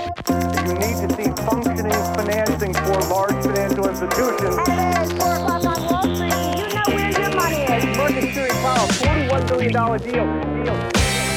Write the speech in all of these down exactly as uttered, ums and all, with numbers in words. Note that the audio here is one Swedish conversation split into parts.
You need to see functioning financing for large financial institutions. Hey, it's four o'clock on Wall Street. You know where your money is. Market Security Powell, forty-one billion dollars deal. deal.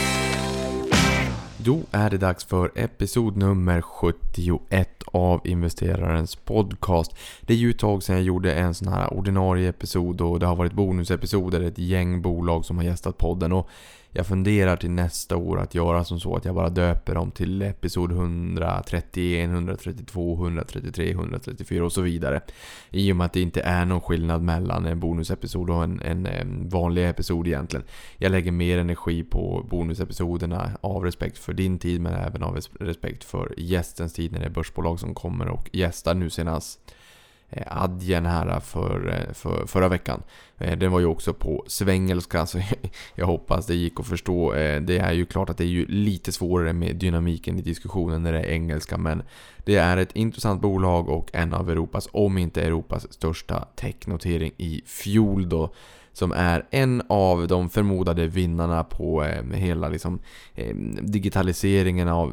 Då är det dags för episod nummer sjuttioett av Investerarens podcast. Det är ju ett tag sedan jag gjorde en sån här ordinarie episod och det har varit bonusepisoder, ett gäng bolag som har gästat podden, och jag funderar till nästa år att göra som så att jag bara döper dem till episod hundratrettioett, hundratrettiotvå, hundratrettiotre, hundratrettiofyra och så vidare. I och med att det inte är någon skillnad mellan en bonusepisod och en, en, en vanlig episod egentligen. Jag lägger mer energi på bonusepisoderna av respekt för din tid, men även av respekt för gästens tid när det är börsbolag som kommer och gästar. Nu senast Adyen här för, för förra veckan. Den var ju också på svengelska, så jag hoppas det gick att förstå. Det är ju klart att det är ju lite svårare med dynamiken i diskussionen när det är engelska, men det är ett intressant bolag och en av Europas, om inte Europas största technotering i fjol då, som är en av de förmodade vinnarna på eh, hela liksom, eh, digitaliseringen av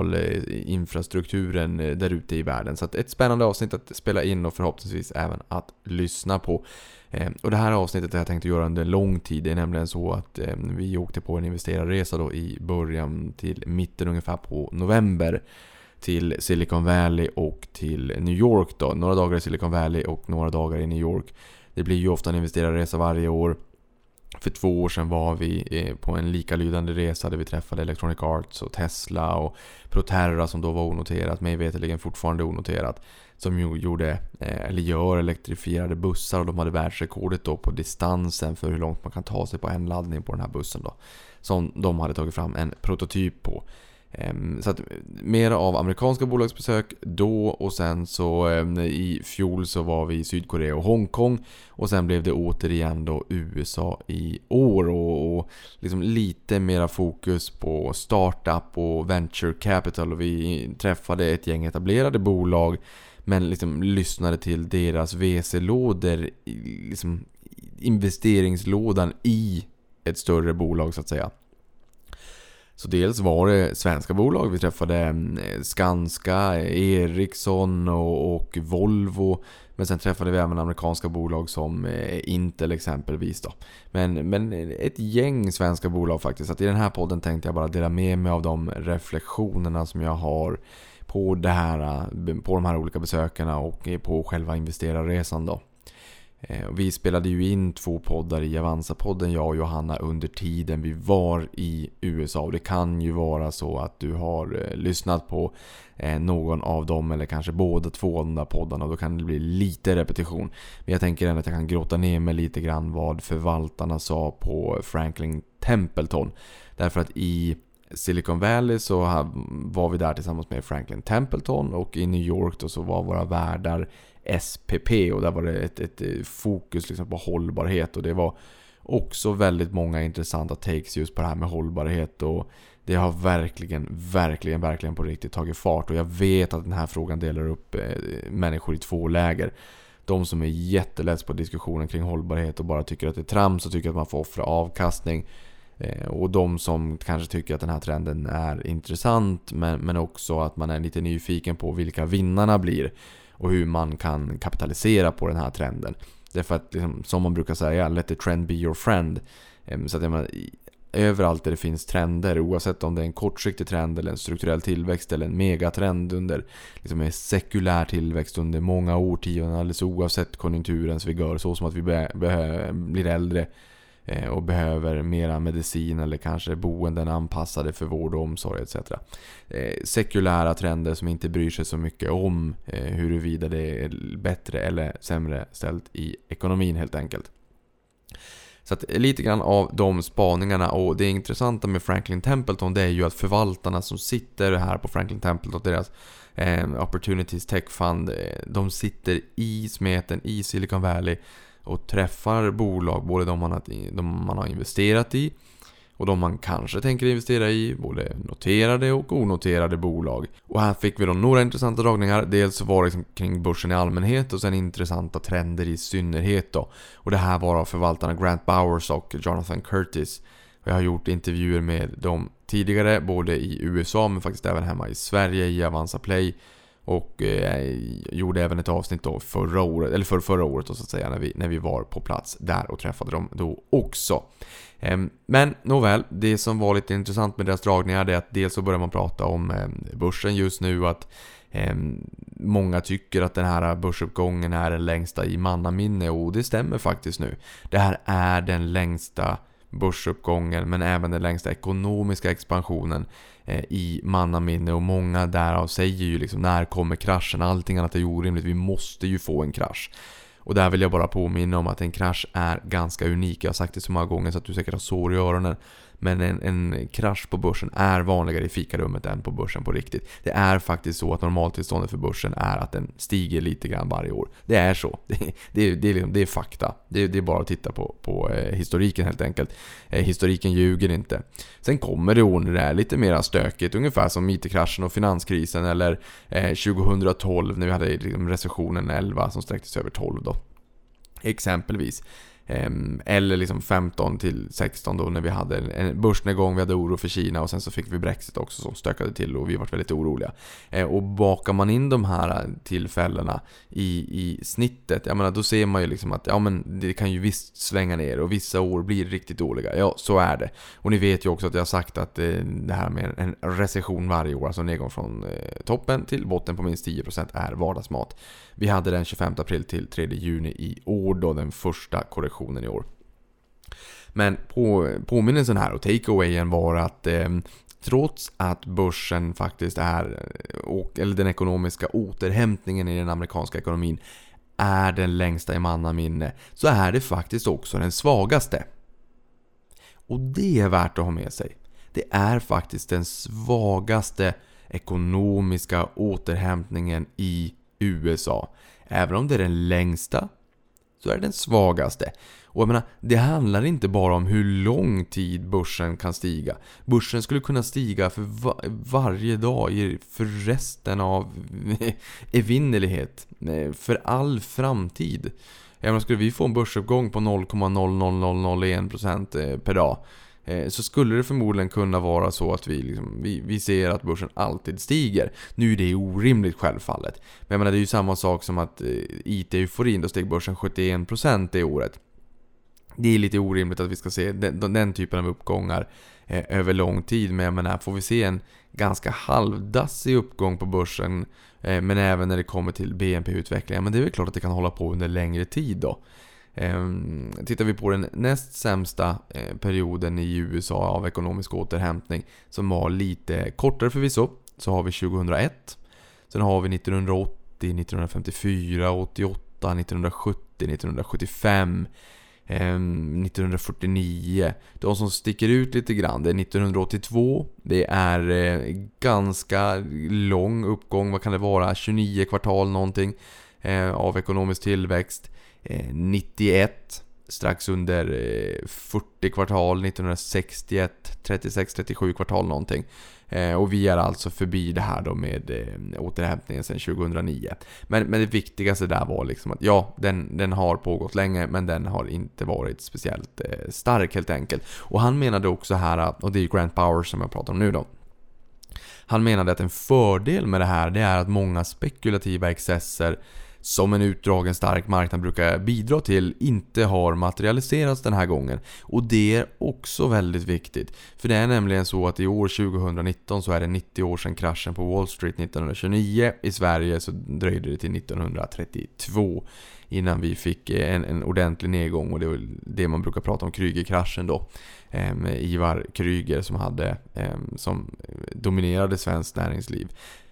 betalinfrastrukturen eh, där ute i världen. Så att ett spännande avsnitt att spela in och förhoppningsvis även att lyssna på. Eh, och det här avsnittet har jag tänkt att göra under lång tid. Det är nämligen så att eh, vi åkte på en investerarresa då i början till mitten ungefär på november till Silicon Valley och till New York då. Några dagar i Silicon Valley och några dagar i New York. Det blir ju ofta en investerarresa varje år. För två år sedan var vi på en likalydande resa där vi träffade Electronic Arts och Tesla och Proterra som då var onoterat, mig veterligen fortfarande onoterat, som ju gjorde, eller gör elektrifierade bussar, och de hade världsrekordet då på distansen för hur långt man kan ta sig på en laddning på den här bussen då, som de hade tagit fram en prototyp på. Så att mer av amerikanska bolagsbesök då, och sen så i fjol så var vi i Sydkorea och Hongkong, och sen blev det återigen då U S A i år, och, och liksom lite mera fokus på startup och venture capital, och vi träffade ett gäng etablerade bolag men liksom lyssnade till deras V C-lådor, liksom investeringslådan i ett större bolag så att säga. Så dels var det svenska bolag, vi träffade Skanska, Ericsson och, och Volvo, men sen träffade vi även amerikanska bolag som Intel exempelvis då. Men, men ett gäng svenska bolag faktiskt. Så att i den här podden tänkte jag bara dela med mig av de reflektionerna som jag har på, det här, på de här olika besökarna och på själva investerarresan då. Vi spelade ju in två poddar i Avanza-podden, jag och Johanna, under tiden vi var i U S A. Och det kan ju vara så att du har eh, lyssnat på eh, någon av dem, eller kanske båda två av de där poddarna, och då kan det bli lite repetition. Men jag tänker ändå att jag kan gråta ner mig lite grann vad förvaltarna sa på Franklin Templeton. Därför att i Silicon Valley så var vi där tillsammans med Franklin Templeton, och i New York då så var våra värdar S P P, och där var det ett, ett fokus liksom på hållbarhet, och det var också väldigt många intressanta takes just på det här med hållbarhet, och det har verkligen, verkligen, verkligen på riktigt tagit fart, och jag vet att den här frågan delar upp eh, människor i två läger. De som är jättelätt på diskussionen kring hållbarhet och bara tycker att det är trams och tycker att man får offra avkastning, eh, och de som kanske tycker att den här trenden är intressant, men, men också att man är lite nyfiken på vilka vinnarna blir och hur man kan kapitalisera på den här trenden. Därför att, liksom, som man brukar säga, let the trend be your friend. Så att man, överallt där det finns trender, oavsett om det är en kortsiktig trend eller en strukturell tillväxt eller en megatrend under liksom en sekulär tillväxt under många årtionden, alldeles oavsett konjunkturens vigör, så som att vi be- be- blir äldre och behöver mera medicin eller kanske boenden anpassade för vård och omsorg et cetera. Sekulära trender som inte bryr sig så mycket om huruvida det är bättre eller sämre ställt i ekonomin helt enkelt. Så att lite grann av de spaningarna, och det intressanta med Franklin Templeton, det är ju att förvaltarna som sitter här på Franklin Templeton, deras eh, Opportunities Tech Fund, de sitter i smeten i Silicon Valley och träffar bolag, både de man, har, de man har investerat i och de man kanske tänker investera i, både noterade och onoterade bolag. Och här fick vi då några intressanta dragningar. Dels så var det liksom kring börsen i allmänhet och sen intressanta trender i synnerhet då. Och det här var av förvaltarna Grant Bowers och Jonathan Curtis. Jag har gjort intervjuer med dem tidigare, både i U S A men faktiskt även hemma i Sverige i Avanza Play. Och eh, gjorde även ett avsnitt då förra året, eller för förra året då, så att säga, när vi, när vi var på plats där och träffade dem då också. Eh, men nåväl, det som var lite intressant med deras dragningar är att dels så börjar man prata om eh, börsen just nu, att eh, många tycker att den här börsuppgången är den längsta i mannaminne, och det stämmer faktiskt nu. Det här är den längsta börsuppgången men även den längsta ekonomiska expansionen eh, i mannaminne, och många därav säger ju liksom, när kommer kraschen? Allting annat är ju orimligt, vi måste ju få en krasch. Och där vill jag bara påminna om att en krasch är ganska unik. Jag har sagt det så många gånger så att du säkert har sår i öronen. Men en, en krasch på börsen är vanligare i fikarummet än på börsen på riktigt. Det är faktiskt så att normaltillståndet för börsen är att den stiger lite grann varje år. Det är så. Det, det, det, är, liksom, det är fakta. Det, det är bara att titta på, på eh, historiken helt enkelt. Eh, historiken ljuger inte. Sen kommer det år när det är lite mer stökigt. Ungefär som I T-kraschen och finanskrisen. Eller eh, tjugohundratolv när vi hade liksom, recessionen elva som sträcktes över tolv då. Exempelvis. Eller liksom femton till sexton då, när vi hade en börsnedgång, vi hade oro för Kina, och sen så fick vi Brexit också som stökade till och vi var väldigt oroliga. Och bakar man in de här tillfällena i, i snittet, jag menar, då ser man ju liksom att ja, men det kan ju visst svänga ner och vissa år blir riktigt dåliga. Ja, så är det. Och ni vet ju också att jag har sagt att det här med en recession varje år, alltså nedgång från toppen till botten på minst tio procent, är vardagsmat. Vi hade den tjugofemte april till tredje juni i år då, den första korrektionen i år. Men på, påminnelsen här och takeawayen var att eh, trots att börsen faktiskt är, och, eller den ekonomiska återhämtningen i den amerikanska ekonomin är den längsta i mannaminne, så är det faktiskt också den svagaste. Och det är värt att ha med sig. Det är faktiskt den svagaste ekonomiska återhämtningen i U S A. Även om det är den längsta, så är det den svagaste. Och jag menar, det handlar inte bara om hur lång tid börsen kan stiga. Börsen skulle kunna stiga för va- varje dag för resten av evinnerlighet, för all framtid. Jag menar, skulle vi få en börsuppgång på noll komma noll noll noll noll en procent per dag, så skulle det förmodligen kunna vara så att vi, liksom, vi, vi ser att börsen alltid stiger. Nu är det orimligt självfallet. Men jag menar, det är ju samma sak som att I T-euforin, då steg börsen sjuttioen procent i året. Det är lite orimligt att vi ska se den, den typen av uppgångar eh, över lång tid. Men jag menar, får vi se en ganska halvdassig uppgång på börsen, eh, men även när det kommer till B N P-utvecklingen, men det är väl klart att det kan hålla på under längre tid då. Um, tittar vi på den näst sämsta eh, perioden i U S A av ekonomisk återhämtning, som var lite kortare förvisso, så har vi tjugohundraett. Sen har vi nittonhundraåttio, nittonhundrafemtiofyra, åttioåtta, nittonhundrasjuttio, nittonhundrasjuttiofem, eh, nittonhundrafyrtionio. De som sticker ut lite grann, det är nittonhundraåttiotvå. Det är eh, ganska lång uppgång, vad kan det vara, tjugonio kvartal någonting eh, av ekonomisk tillväxt. nittioett, strax under fyrtio kvartal, nittonhundrasextioett, trettiosex trettiosju kvartal någonting. Och vi är alltså förbi det här då med återhämtningen sedan tjugohundranio. Men, men det viktigaste där var liksom att ja, den, den har pågått länge, men den har inte varit speciellt stark helt enkelt. Och han menade också här, och det är Grant Bowers som jag pratar om nu då, han menade att en fördel med det här, det är att många spekulativa excesser som en utdragen stark marknad brukar bidra till inte har materialiserats den här gången. Och det är också väldigt viktigt. För det är nämligen så att i år tjugonitton så är det nittio år sedan kraschen på Wall Street nittonhundratjugonio. I Sverige så dröjde det till nittonhundratrettiotvå innan vi fick en, en ordentlig nedgång. Och det är det man brukar prata om, Krügerkraschen då. Med Ivar Krüger som, hade, som dominerade svenskt näringsliv.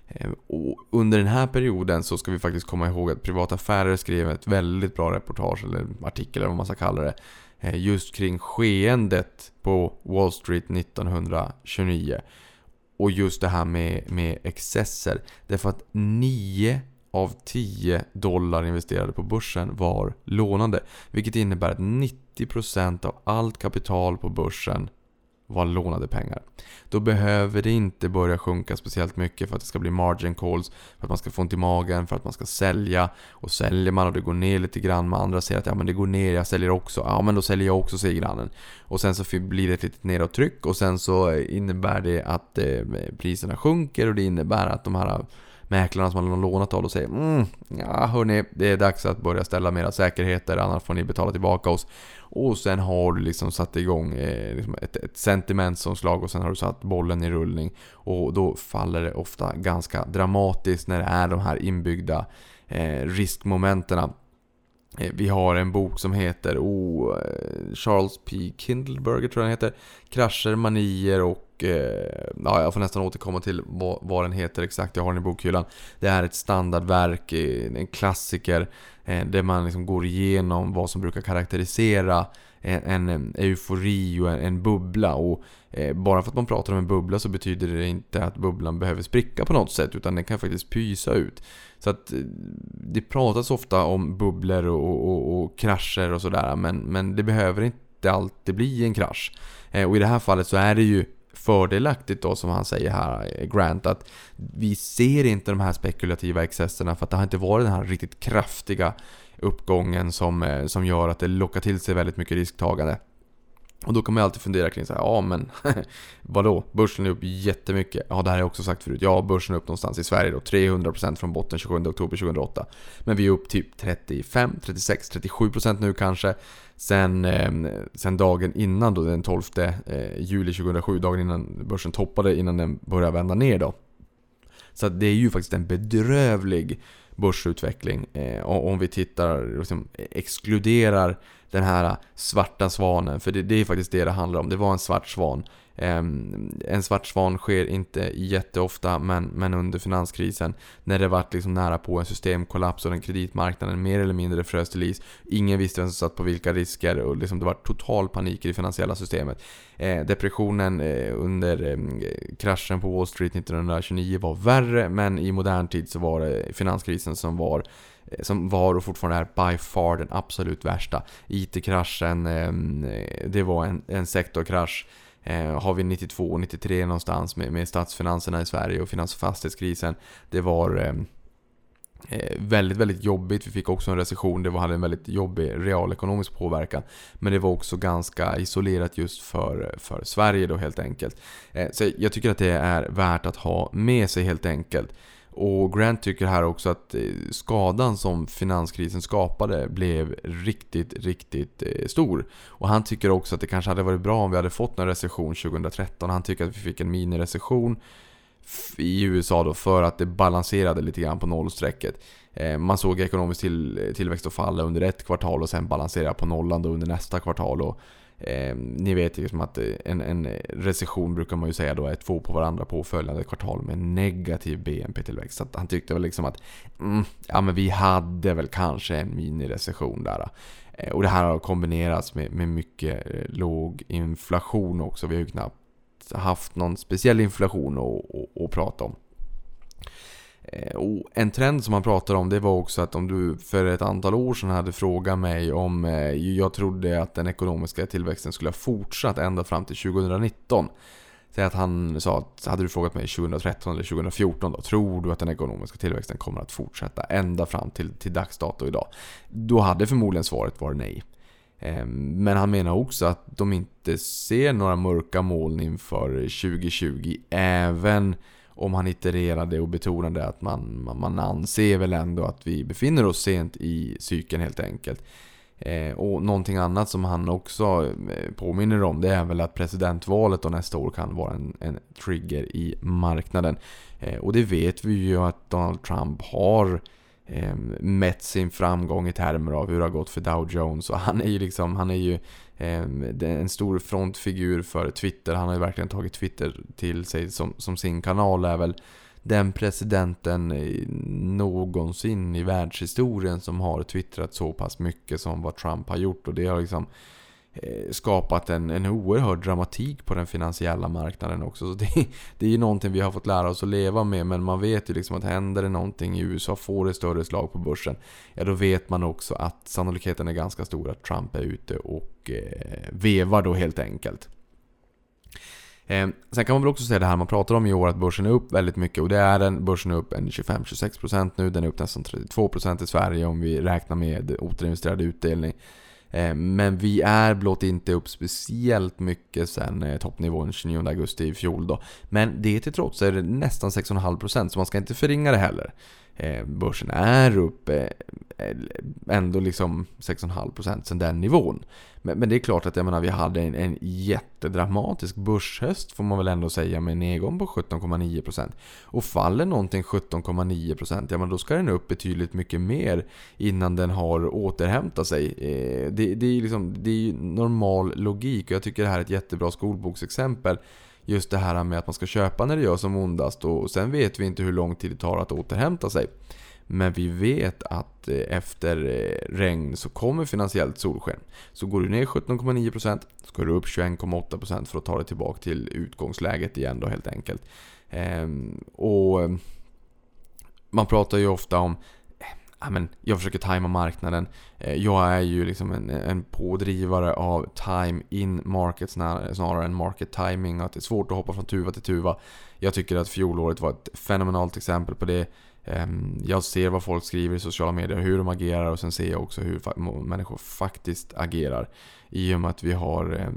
Och under den här perioden så ska vi faktiskt komma ihåg att Privata Affärer skrev ett väldigt bra reportage eller artikel eller vad man ska kalla det, just kring skeendet på Wall Street nittonhundratjugonio. Och just det här med, med excesser. Därför att nio av tio dollar investerade på börsen var lånade. Vilket innebär att nittio procent av allt kapital på börsen var lånade pengar. Då behöver det inte börja sjunka speciellt mycket för att det ska bli margin calls, för att man ska få ont i magen, för att man ska sälja. Och säljer man och det går ner lite grann, med andra säger att ja, men det går ner, jag säljer också. Ja, men då säljer jag också, säger grannen. Och sen så blir det ett litet nedåttryck och sen så innebär det att eh, priserna sjunker, och det innebär att de här mäklarna som har lånat av och säger mm, ja hörni, det är dags att börja ställa mera säkerheter, annars får ni betala tillbaka oss. Och sen har du liksom satt igång eh, liksom ett, ett sentimentsomslag, och sen har du satt bollen i rullning, och då faller det ofta ganska dramatiskt när det är de här inbyggda eh, riskmomenterna. Eh, vi har en bok som heter oh, Charles P. Kindleberger tror jag den heter, Krascher, manier och ja, jag får nästan återkomma till vad, vad den heter exakt. Jag har den i bokhyllan. Det är ett standardverk, en klassiker, där man liksom går igenom vad som brukar karaktärisera en, en eufori och en, en bubbla. Och eh, bara för att man pratar om en bubbla så betyder det inte att bubblan behöver spricka på något sätt, utan den kan faktiskt pysa ut. Så att det pratas ofta om bubblor och, och, och krascher och sådär, men, men det behöver inte alltid bli en krasch. Eh, och i det här fallet så är det ju fördelaktigt då, som han säger här, Grant, att vi ser inte de här spekulativa excesserna, för att det har inte varit den här riktigt kraftiga uppgången som, som gör att det lockar till sig väldigt mycket risktagande. Och då kan man alltid fundera kring så här, ja men vadå, börsen är upp jättemycket. Ja, det här har jag också sagt förut. Ja, börsen är upp någonstans i Sverige då, trehundra procent från botten tjugosjunde oktober tjugohundraåtta. Men vi är upp typ trettiofem, trettiosex, trettiosju procent nu kanske. Sen, eh, sen dagen innan då, den tolfte juli tjugohundrasju, dagen innan börsen toppade, innan den började vända ner då. Så det är ju faktiskt en bedrövlig börsutveckling. Eh, om vi tittar, liksom, exkluderar den här svarta svanen, för det, det är faktiskt det det handlar om. Det var en svart svan. Eh, en svart svan sker inte jätteofta, men, men under finanskrisen, när det var liksom nära på en systemkollaps och den kreditmarknaden mer eller mindre frös till is. Ingen visste vem som satt på vilka risker, och liksom det var total panik i det finansiella systemet. Eh, depressionen eh, under eh, kraschen på Wall Street nittonhundratjugonio var värre, men i modern tid så var det finanskrisen som var som var och fortfarande är by far den absolut värsta. I T-kraschen, eh, det var en, en sektorkrasch. Eh, har vi nittiotvå och nittiotre någonstans med, med statsfinanserna i Sverige och finans- och fastighetskrisen. Det var eh, väldigt, väldigt jobbigt. Vi fick också en recession. Det var, hade en väldigt jobbig realekonomisk påverkan. Men det var också ganska isolerat just för, för Sverige då, helt enkelt. Eh, så jag tycker att det är värt att ha med sig, helt enkelt. Och Grant tycker här också att skadan som finanskrisen skapade blev riktigt, riktigt stor. Och han tycker också att det kanske hade varit bra om vi hade fått en recession tjugotretton. Han tycker att vi fick en mini-recession i U S A då, för att det balanserade lite grann på nollsträcket. Man såg ekonomisk till, tillväxt och falla under ett kvartal och sen balansera på nollan då under nästa kvartal. Och Eh, ni vet liksom att en, en recession brukar man ju säga då är två på varandra påföljande kvartal med negativ B N P-tillväxt. Så att han tyckte väl liksom att mm, ja, men vi hade väl kanske en mini-recession där. Eh, och det här har kombinerats med, med mycket eh, låg inflation också. Vi har ju knappt haft någon speciell inflation att, att, att prata om. Och en trend som man pratar om, det var också att om du för ett antal år sedan hade frågat mig om jag trodde att den ekonomiska tillväxten skulle ha fortsatt ända fram till tjugonitton. Säg att han sa att hade du frågat mig tjugotretton eller tjugofjorton då, tror du att den ekonomiska tillväxten kommer att fortsätta ända fram till, till dagsdato idag? Då hade förmodligen svaret varit nej. Men han menar också att de inte ser några mörka moln inför tjugohundratjugo, även om han itererade och betonade att man, man, man anser väl ändå att vi befinner oss sent i cykeln, helt enkelt. Eh, och någonting annat som han också påminner om, det är väl att presidentvalet och nästa år kan vara en, en trigger i marknaden. Eh, och det vet vi ju att Donald Trump har eh, mätt sin framgång i termer av hur det har gått för Dow Jones. Och han är ju liksom, han är ju en stor frontfigur för Twitter. Han har ju verkligen tagit Twitter till sig som, som sin kanal. Är väl den presidenten någonsin i världshistorien som har twittrat så pass mycket som vad Trump har gjort. Och det har liksom skapat en, en oerhörd dramatik på den finansiella marknaden också. Så det, det är ju någonting vi har fått lära oss att leva med, men man vet ju liksom att händer det någonting i U S A, får det större slag på börsen, ja då vet man också att sannolikheten är ganska stor att Trump är ute och eh, vevar då, helt enkelt. Eh, sen kan man väl också säga det här man pratar om i år, att börsen är upp väldigt mycket, och det är den. Börsen är upp en tjugofem till tjugosex procent nu, den är upp nästan trettiotvå procent i Sverige om vi räknar med återinvesterad utdelning. Eh, men vi är blott inte upp speciellt mycket sen eh, toppnivån tjugonionde augusti i fjol då. Men det till trots är det nästan sex komma fem procent, så man ska inte förringa det heller. Eh, börsen är upp eh, ändå liksom sex komma fem procent sen den nivån. Men, men det är klart att jag menar, vi hade en, en jättedramatisk börshöst får man väl ändå säga, med en nedgång på sjutton komma nio procent. Och faller någonting sjutton komma nio procent, ja men då ska den upp betydligt mycket mer innan den har återhämtat sig. Eh, det, det är liksom, det är normal logik, och jag tycker det här är ett jättebra skolboksexempel. Just det här med att man ska köpa när det gör som ondast, och sen vet vi inte hur lång tid det tar att återhämta sig. Men vi vet att efter regn så kommer finansiellt solsken. Så går du ner sjutton komma nio procent, så går du upp tjugoett komma åtta procent för att ta dig tillbaka till utgångsläget igen då, helt enkelt. Ehm, och man pratar ju ofta om, ja, men jag försöker tajma marknaden. Jag är ju liksom en, en pådrivare av time in market snarare, snarare än market timing, att det är svårt att hoppa från tuva till tuva. Jag tycker att fjolåret var ett fenomenalt exempel på det. Jag ser vad folk skriver i sociala medier, hur de agerar, och sen ser jag också hur människor faktiskt agerar. I och med att vi har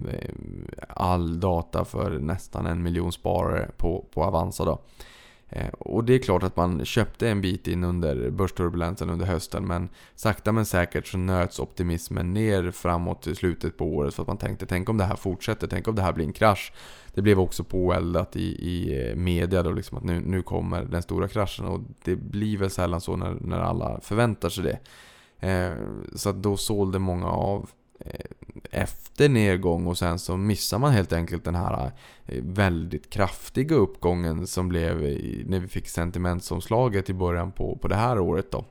all data för nästan en miljon sparare på, på Avanza då. Och det är klart att man köpte en bit in under börsturbulensen under hösten, men sakta men säkert så nöts optimismen ner framåt till slutet på året, för att man tänkte, tänk om det här fortsätter, tänk om det här blir en krasch. Det blev också påeldat i, i media då, liksom att nu, nu kommer den stora kraschen, och det blir väl sällan så när, när alla förväntar sig det. Eh, så att då sålde många av efter nedgång, och sen så missar man helt enkelt den här väldigt kraftiga uppgången som blev när vi fick sentimentsomslaget i början på, på det här året då.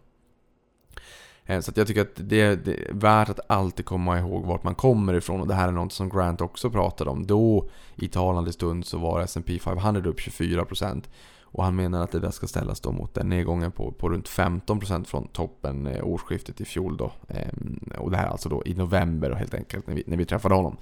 Så att jag tycker att det, det är värt att alltid komma ihåg vart man kommer ifrån, och det här är något som Grant också pratade om. Då i talande stund så var S and P femhundra upp tjugofyra procent, och han menar att det där ska ställas då mot den nedgången på, på runt femton procent från toppen eh, årsskiftet i fjol då. Ehm, och det här alltså då i november då, helt enkelt, när vi, när vi träffade honom.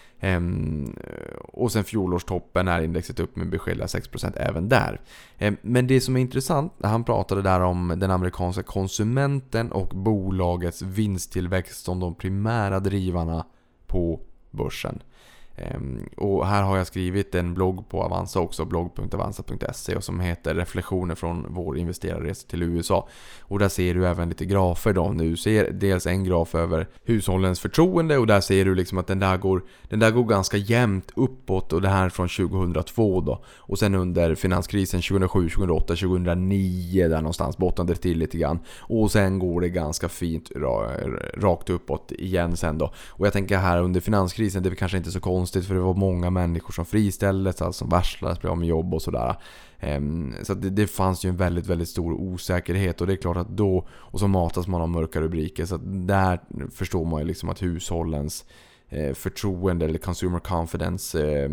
Ehm, och sen fjolårstoppen är indexet upp med beskedliga sex procent även där. Ehm, men det som är intressant, när han pratade där om den amerikanska konsumenten och bolagets vinsttillväxt som de primära drivarna på börsen. Um, och här har jag skrivit en blogg på Avanza också, blogg punkt avanza punkt se, och som heter Reflektioner från vår investerarresa till U S A. Och där ser du även lite grafer då. Nu ser dels en graf över hushållens förtroende, och där ser du liksom att den där går, den där går ganska jämnt uppåt, och det här från tjugohundratvå då. Och sen under finanskrisen tjugohundrasju, tjugohundraåtta, tjugohundranio där någonstans bottnade till lite grann. Och sen går det ganska fint rakt uppåt igen sen då. Och jag tänker här under finanskrisen, det är kanske inte så konstigt, för det var många människor som friställdes, alltså som varslades, blev av med jobb och sådär. Um, så att det, det fanns ju en väldigt, väldigt stor osäkerhet, och det är klart att då, och så matas man av mörka rubriker, så att där förstår man ju liksom att hushållens eh, förtroende eller consumer confidence eh,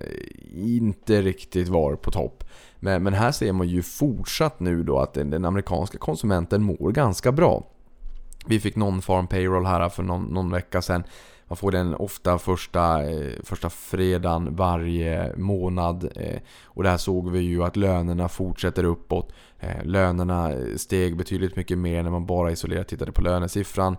inte riktigt var på topp. Men, men här ser man ju fortsatt nu då att den, den amerikanska konsumenten mår ganska bra. Vi fick non-farm payroll här för någon, någon vecka sedan. Man får den ofta första, första fredagen varje månad, och där såg vi ju att lönerna fortsätter uppåt. Lönerna steg betydligt mycket mer när man bara isolerat tittade på lönesiffran,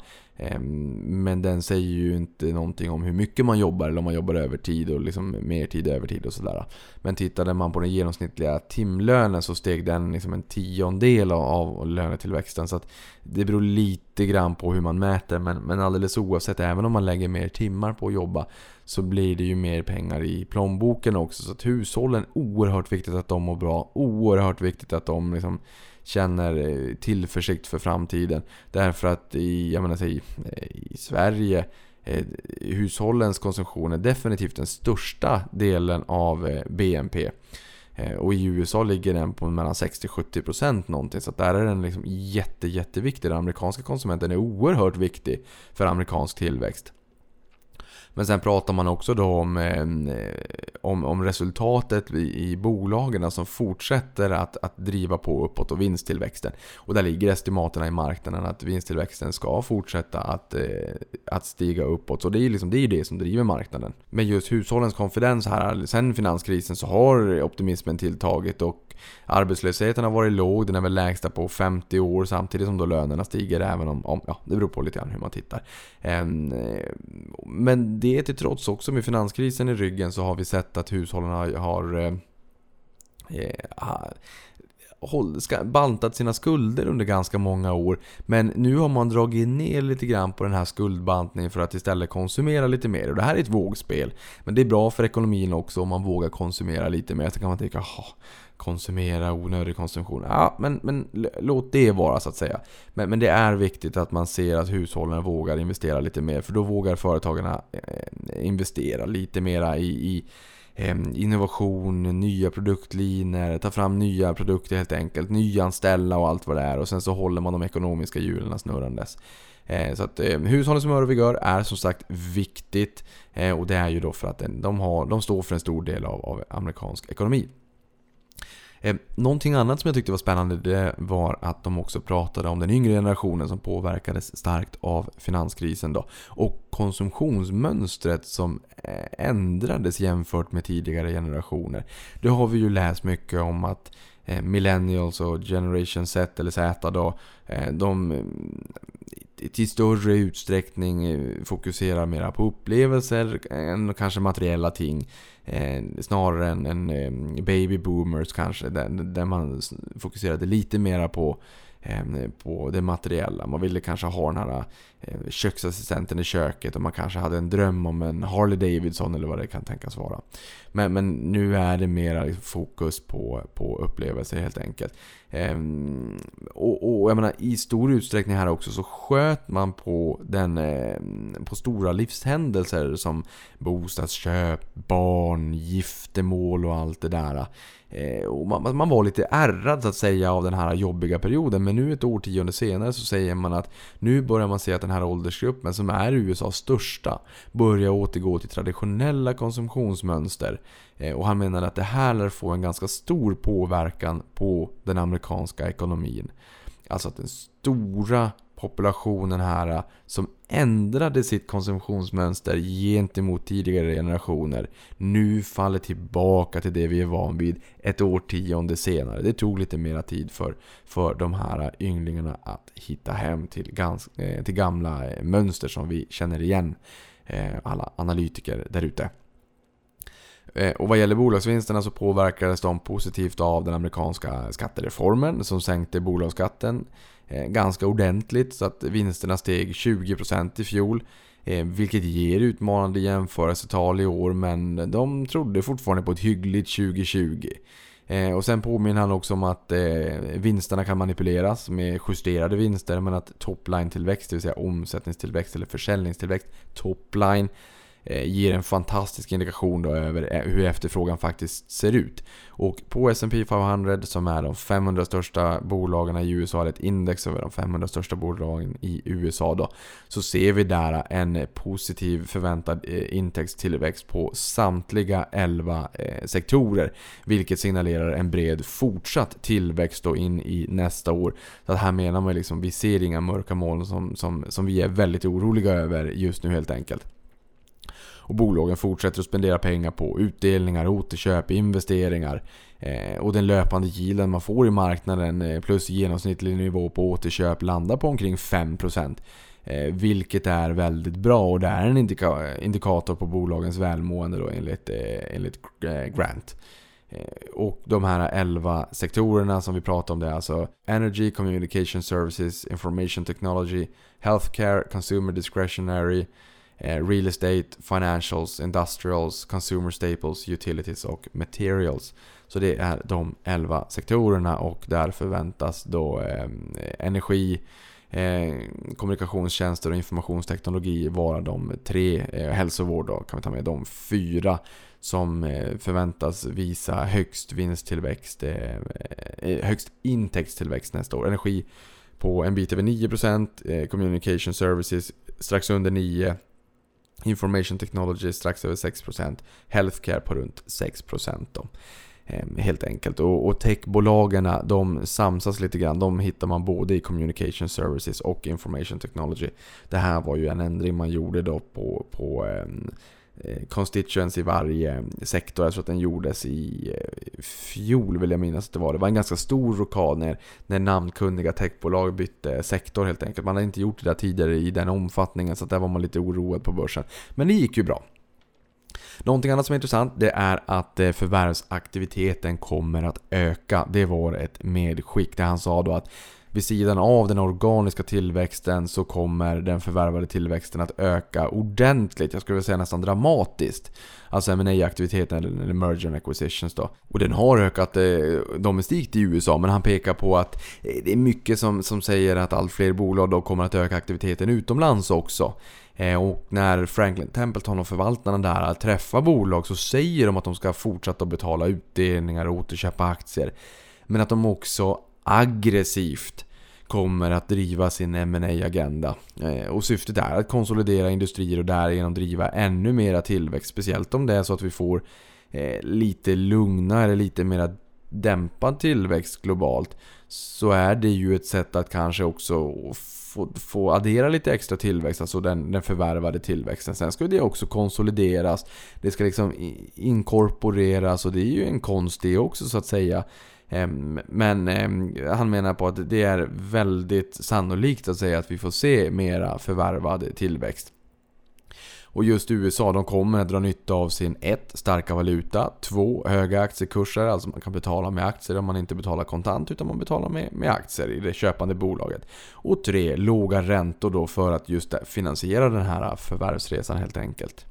men den säger ju inte någonting om hur mycket man jobbar, eller om man jobbar övertid och liksom mer tid övertid och sådär. Men tittade man på den genomsnittliga timlönen så steg den liksom en tiondel av lönetillväxten, så att det beror lite grann på hur man mäter, men, men alldeles oavsett, även om man lägger mer timmar på att jobba, så blir det ju mer pengar i plånboken också. Så att hushållen, oerhört viktigt att de mår bra, oerhört viktigt att de liksom känner tillförsikt för framtiden. Därför att i, jag menar, i, i Sverige eh, hushållens konsumtion är definitivt den största delen av eh, B N P. Eh, och i U S A ligger den på mellan sextio till sjuttio procent någonting. Så att där är den liksom jätte, jätteviktig. Den amerikanska konsumenten är oerhört viktig för amerikansk tillväxt. Men sen pratar man också då om, eh, om, om resultatet i, i bolagen som fortsätter att, att driva på uppåt och vinsttillväxten. Och där ligger estimaterna i marknaden att vinsttillväxten ska fortsätta att, eh, att stiga uppåt. Så det är liksom det, är det som driver marknaden. Men just hushållens konfidens här, sen finanskrisen så har optimismen tilltagit och arbetslösheten har varit låg, den är väl lägsta på femtio år samtidigt som då lönerna stiger, även om, om ja, det beror på lite grann hur man tittar. Um, men det till trots också med finanskrisen i ryggen så har vi sett att hushållen har, har eh, håll, ska, bantat sina skulder under ganska många år, men nu har man dragit ner lite grann på den här skuldbantningen för att istället konsumera lite mer. Och det här är ett vågspel, men det är bra för ekonomin också om man vågar konsumera lite mer. Så kan man tänka, jaha, konsumera onödig konsumtion. Ja, men, men låt det vara så att säga. Men, men det är viktigt att man ser att hushållen vågar investera lite mer, för då vågar företagarna eh, investera lite mera i, i eh, innovation, nya produktlinjer, ta fram nya produkter helt enkelt, nyanställa och allt vad det är, och sen så håller man de ekonomiska hjulen snurrandes. Eh, så att eh, hushållens smör och vigör är som sagt viktigt, eh, och det är ju då för att de, har, de står för en stor del av, av amerikansk ekonomi. Eh, någonting annat som jag tyckte var spännande, det var att de också pratade om den yngre generationen som påverkades starkt av finanskrisen då, och konsumtionsmönstret som eh, ändrades jämfört med tidigare generationer. Det har vi ju läst mycket om att eh, millennials och generation Z eller Z då, eh, de eh, till större utsträckning eh, fokuserar mer på upplevelser än kanske materiella ting. Eh, snarare än, än eh, baby boomers kanske, där, där man fokuserade lite mera på, eh, på det materiella. Man ville kanske ha den här eh, köksassistenten i köket, och man kanske hade en dröm om en Harley Davidson eller vad det kan tänkas vara. Men, men nu är det mera fokus på, på upplevelser helt enkelt. Eh, och, och jag menar, i stor utsträckning här också så sköt man på den eh, på stora livshändelser som bostadsköp, barn, giftermål och allt det där. Eh, och man, man var lite ärrad så att säga av den här jobbiga perioden, men nu ett årtionde senare så säger man att nu börjar man se att den här åldersgruppen som är U S A:s största börjar återgå till traditionella konsumtionsmönster. Och han menar att det här lär få en ganska stor påverkan på den amerikanska ekonomin. Alltså att den stora populationen här som ändrade sitt konsumtionsmönster gentemot tidigare generationer nu faller tillbaka till det vi är van vid ett årtionde senare. Det tog lite mera tid för, för de här ynglingarna att hitta hem till, gans, till gamla mönster som vi känner igen, alla analytiker där ute. Och vad gäller bolagsvinsterna så påverkades de positivt av den amerikanska skattereformen som sänkte bolagsskatten ganska ordentligt, så att vinsterna steg tjugo procent i fjol, vilket ger utmanande jämförelsetal i år, men de trodde fortfarande på ett hyggligt tjugo tjugo. Och sen påminner han också om att vinsterna kan manipuleras med justerade vinster, men att topline-tillväxt, det vill säga omsättningstillväxt eller försäljningstillväxt, topline, ger en fantastisk indikation då över hur efterfrågan faktiskt ser ut. Och på S and P femhundra, som är de femhundra största bolagen i U S A, ett index över de femhundra största bolagen i U S A då, så ser vi där en positiv förväntad intäktstillväxt på samtliga elva sektorer, vilket signalerar en bred fortsatt tillväxt då in i nästa år. Så att här menar man liksom, vi ser inga mörka moln som, som, som vi är väldigt oroliga över just nu helt enkelt. Och bolagen fortsätter att spendera pengar på utdelningar, återköp, investeringar. Eh, och den löpande yielden man får i marknaden eh, plus genomsnittlig nivå på återköp landar på omkring fem procent. Eh, vilket är väldigt bra, och det är en indika- indikator på bolagens välmående då, enligt, eh, enligt eh, Grant. Eh, och de här elva sektorerna som vi pratar om, det är alltså Energy, Communication Services, Information Technology, Healthcare, Consumer Discretionary, Real Estate, Financials, Industrials, Consumer Staples, Utilities och Materials. Så det är de elva sektorerna, och där förväntas då eh, energi, eh, kommunikationstjänster och informationsteknologi vara de tre, eh, hälsovård då kan vi ta med de fyra som eh, förväntas visa högst vinsttillväxt, eh, högst intäktstillväxt nästa år. Energi på en bit över nio procent, eh, Communication Services strax under nio procent, Information Technology strax över sex procent. Healthcare på runt sex procent då. Helt enkelt. Och, och techbolagen, de samsas lite grann. De hittar man både i Communication Services och Information Technology. Det här var ju en ändring man gjorde då på, på eh, constituents i varje sektor. Jag tror att den gjordes i eh, fjol, vill jag minnas att det var. Det var en ganska stor rokad när, när namnkunniga techbolag bytte sektor helt enkelt. Man hade inte gjort det där tidigare i den omfattningen, så att där var man lite oroad på börsen. Men det gick ju bra. Någonting annat som är intressant, det är att förvärvsaktiviteten kommer att öka. Det var ett medskick där han sa då att vid sidan av den organiska tillväxten så kommer den förvärvade tillväxten att öka ordentligt. Jag skulle säga nästan dramatiskt. Alltså M and A-aktiviteten eller merger and acquisitions då. Och den har ökat eh, domestikt i U S A, men han pekar på att eh, det är mycket som, som säger att allt fler bolag då kommer att öka aktiviteten utomlands också. Eh, och när Franklin Templeton och förvaltarna där träffar bolag så säger de att de ska fortsätta att betala utdelningar och återköpa aktier. Men att de också aggressivt kommer att driva sin M and A-agenda. Eh, och syftet är att konsolidera industrier och därigenom driva ännu mera tillväxt. Speciellt om det är så att vi får eh, lite lugnare, lite mera dämpad tillväxt globalt. Så är det ju ett sätt att kanske också få, få addera lite extra tillväxt. Alltså den, den förvärvade tillväxten. Sen ska det också konsolideras. Det ska liksom inkorporeras. Och det är ju en konst det också så att säga. Men han menar på att det är väldigt sannolikt att säga att vi får se mera förvärvad tillväxt. Och just U S A, de kommer att dra nytta av sin ett starka valuta, två höga aktiekurser, alltså man kan betala med aktier om man inte betalar kontant utan man betalar med, med aktier i det köpande bolaget. Och tre låga räntor då för att just finansiera den här förvärvsresan helt enkelt.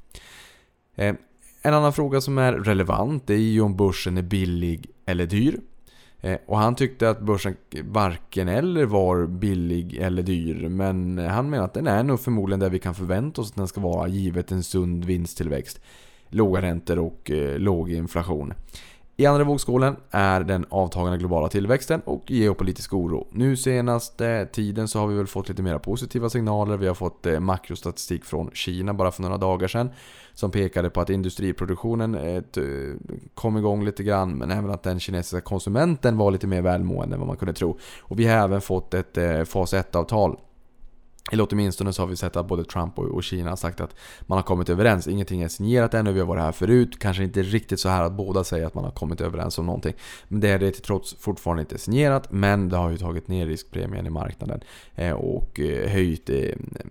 En annan fråga som är relevant är ju om börsen är billig eller dyr. Och han tyckte att börsen varken eller var billig eller dyr. Men han menar att den är nog förmodligen där vi kan förvänta oss att den ska vara givet en sund vinsttillväxt, låga räntor och eh, låg inflation. I andra vågskålen är den avtagande globala tillväxten och geopolitisk oro. Nu senaste tiden så har vi väl fått lite mer positiva signaler. Vi har fått eh, makrostatistik från Kina bara för några dagar sedan som pekade på att industriproduktionen eh, kom igång lite grann, men även att den kinesiska konsumenten var lite mer välmående än vad man kunde tro. Och vi har även fått ett eh, fas ett-avtal. Eller åtminstone så har vi sett att både Trump och Kina har sagt att man har kommit överens. Ingenting är signerat ännu, vi har varit här förut. Kanske inte riktigt så här att båda säger att man har kommit överens om någonting. Men det är det till trots fortfarande inte signerat. Men det har ju tagit ner riskpremien i marknaden. Eh, och eh, höjt eh,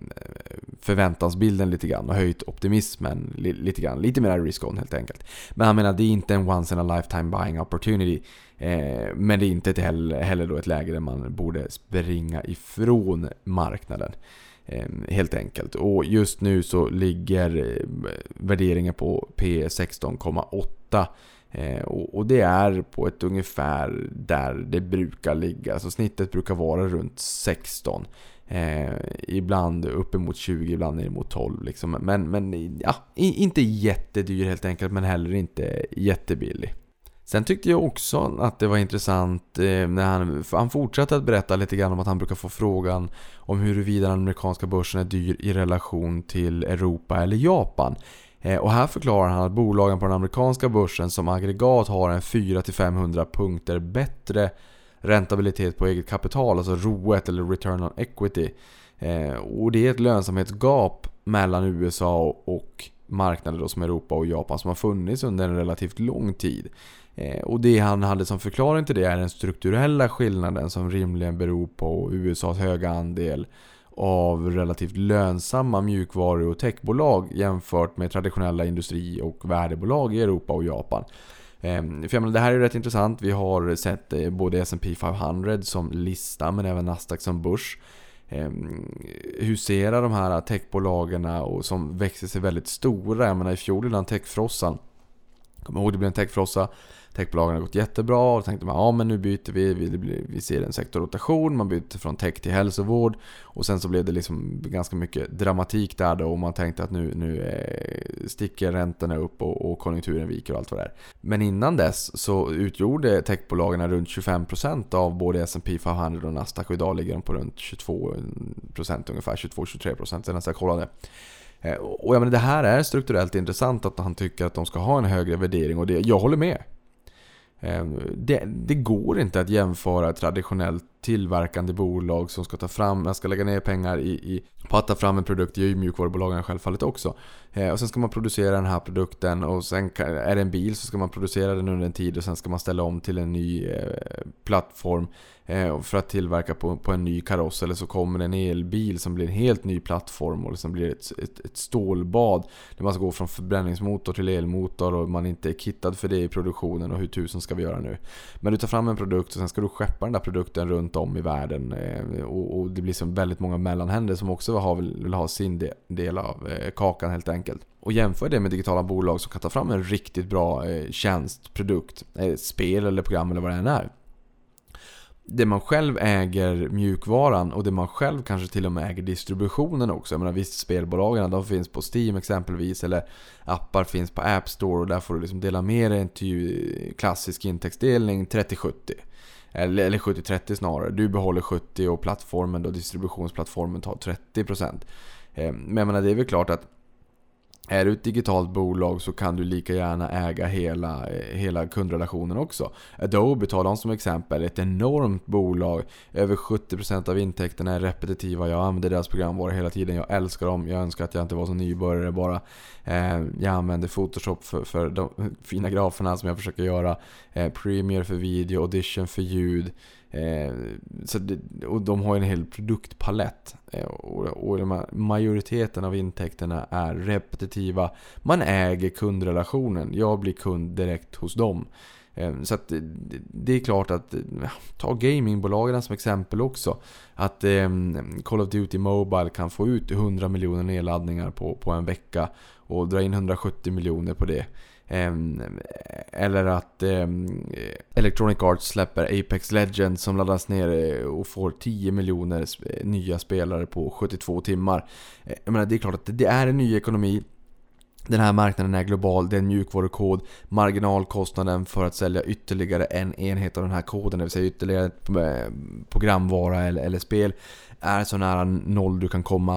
förväntansbilden lite grann. Och höjt optimismen li- lite grann. Lite mer risk-on helt enkelt. Men han menar det är inte en once in a lifetime buying opportunity. Eh, men det är inte heller, heller då ett läge där man borde springa ifrån marknaden. Eh, helt enkelt. Och just nu så ligger eh, värderingen på P sexton komma åtta. Eh, och, och det är på ett ungefär där det brukar ligga. Så snittet brukar vara runt sexton. Eh, ibland uppemot tjugo, ibland ner mot tolv. Liksom. Men, men ja, inte jättedyr helt enkelt, men heller inte jättebillig. Sen tyckte jag också att det var intressant eh, när han, han fortsatte att berätta lite grann om att han brukar få frågan om huruvida den amerikanska börsen är dyr i relation till Europa eller Japan. Eh, och här förklarar han att bolagen på den amerikanska börsen som aggregat har en fyra till femhundra punkter bättre räntabilitet på eget kapital, alltså R O E eller Return on Equity. Eh, och det är ett lönsamhetsgap mellan U S A och marknader då som Europa och Japan som har funnits under en relativt lång tid. Eh, och det han hade som förklaring till det är den strukturella skillnaden som rimligen beror på U S A:s höga andel av relativt lönsamma mjukvaru- och techbolag jämfört med traditionella industri- och värdebolag i Europa och Japan. Eh, för jag menar, det här är rätt intressant. Vi har sett eh, både S and P femhundra som lista men även Nasdaq som börs. Eh, husera de här techbolagen och som växer sig väldigt stora. Jag menar, i fjol den techfrossan. Kommer ihåg det blev en techfrossa. Techbolagen har gått jättebra och tänkte man, ja men nu byter vi, vi, blir, vi ser en sektorrotation, man byter från tech till hälsovård och sen så blev det liksom ganska mycket dramatik där då och man tänkte att nu, nu eh, sticker räntorna upp och, och konjunkturen viker och allt vad det är. Men innan dess så utgjorde techbolagen runt tjugofem procent av både S and P femhundra och Nasdaq och idag ligger de på runt tjugotvå procent ungefär, tjugotvå till tjugotre procent senast jag kollade. Och jag menar, det här är strukturellt intressant att han tycker att de ska ha en högre värdering, och det, jag håller med. Det, det går inte att jämföra ett traditionellt tillverkande bolag som ska ta fram, man ska lägga ner pengar i, i på att ta fram en produkt, det gör ju mjukvarubolagen självfallet också. Eh, och sen ska man producera den här produkten, och sen kan, är det en bil så ska man producera den under en tid, och sen ska man ställa om till en ny eh, plattform eh, för att tillverka på, på en ny kaross, eller så kommer en elbil som blir en helt ny plattform, och det som blir ett, ett, ett stålbad där man ska gå från förbränningsmotor till elmotor, och man inte är kittad för det i produktionen, och hur tusen ska vi göra nu. Men du tar fram en produkt och sen ska du skeppa den där produkten runt om i världen, eh, och, och det blir som väldigt många mellanhänder som också har, vill, vill ha sin de, del av eh, kakan helt enkelt. Och jämför det med digitala bolag som kan ta fram en riktigt bra eh, tjänst, produkt, eh, spel eller program eller vad det än är. Det man själv äger mjukvaran, och det man själv kanske till och med äger distributionen också. Jag menar, visst, spelbolagen, de finns på Steam exempelvis, eller appar finns på App Store, och där får du liksom dela med dig till klassisk intäktsdelning trettio sjuttio. Eller, eller sjuttio trettio snarare. Du behåller sjuttio och plattformen då, distributionsplattformen, tar trettio procent. Men jag menar, det är väl klart att är du ett digitalt bolag så kan du lika gärna äga hela, hela kundrelationen också. Adobe tar de som exempel, ett enormt bolag. Över sjuttio procent av intäkterna är repetitiva. Jag använder deras programvara hela tiden. Jag älskar dem. Jag önskar att jag inte var så nybörjare bara. Jag använder Photoshop för, för de fina graferna som jag försöker göra. Premiere för video, Audition för ljud. Eh, så det, och de har en hel produktpalett, eh, och, och de här, majoriteten av intäkterna är repetitiva. Man äger kundrelationen. Jag blir kund direkt hos dem. eh, Så att det, det är klart att ta gamingbolagen som exempel också, att eh, Call of Duty Mobile kan få ut hundra miljoner nedladdningar på, på en vecka och dra in hundrasjuttio miljoner på det. Eller att Electronic Arts släpper Apex Legends som laddas ner och får tio miljoner nya spelare på sjuttiotvå timmar. Jag menar, det är klart att det är en ny ekonomi. Den här marknaden är global, det är en mjukvarukod. Marginalkostnaden för att sälja ytterligare en enhet av den här koden, det vill säga ytterligare ett programvara eller, eller spel, är så nära noll du kan komma.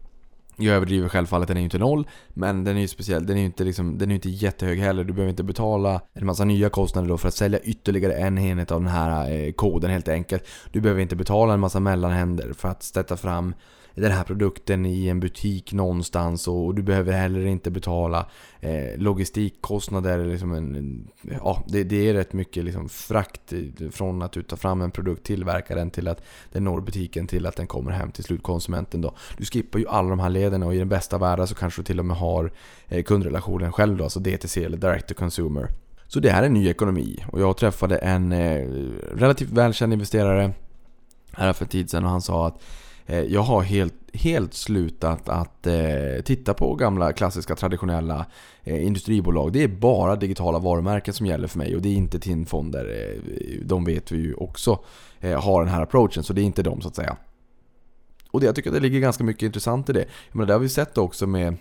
Jag överdriver självfallet, den är ju inte noll, men den är ju speciell. Den är ju inte, liksom, den är inte jättehög heller. Du behöver inte betala en massa nya kostnader då för att sälja ytterligare en enhet av den här eh, koden helt enkelt. Du behöver inte betala en massa mellanhänder för att sätta fram den här produkten i en butik någonstans, och du behöver heller inte betala eh, logistikkostnader. Liksom en, ja, det, det är rätt mycket liksom frakt från att du tar fram en produkt, tillverkar den, till att den når butiken, till att den kommer hem till slutkonsumenten då. Du skippar ju alla de här leden, och i den bästa världen så kanske du till och med har eh, kundrelationen själv då, alltså D T C eller Direct to Consumer. Så det här är en ny ekonomi, och jag träffade en eh, relativt välkänd investerare här för en tid sedan, och han sa att jag har helt, helt slutat att eh, titta på gamla klassiska traditionella eh, industribolag. Det är bara digitala varumärken som gäller för mig, och det är inte TIN-fonder. Eh, de vet vi ju också eh, har den här approachen, så det är inte de så att säga. Och det, jag tycker att det ligger ganska mycket intressant i det. Men det har vi sett också med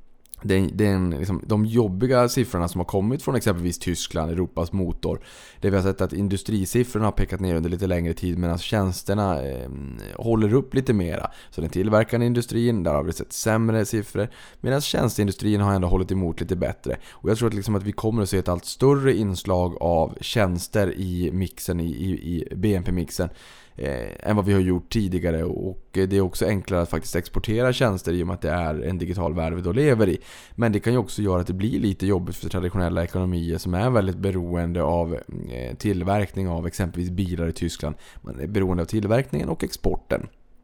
Den, den, liksom, de jobbiga siffrorna som har kommit från exempelvis Tyskland, Europas motor. Det vi har sett att industrisiffrorna har pekat ner under lite längre tid, medan tjänsterna eh, håller upp lite mera. Så den tillverkande industrin, där har vi sett sämre siffror, medan tjänsteindustrin har ändå hållit emot lite bättre. Och jag tror att, liksom, att vi kommer att se ett allt större inslag av tjänster i mixen, i, i, i B N P-mixen. Eh, än vad vi har gjort tidigare, och det är också enklare att faktiskt exportera tjänster i och med att det är en digital värld vi då lever i. Men det kan ju också göra att det blir lite jobbigt för traditionella ekonomier som är väldigt beroende av eh, tillverkning av exempelvis bilar i Tyskland. Man är beroende av tillverkningen och exporten.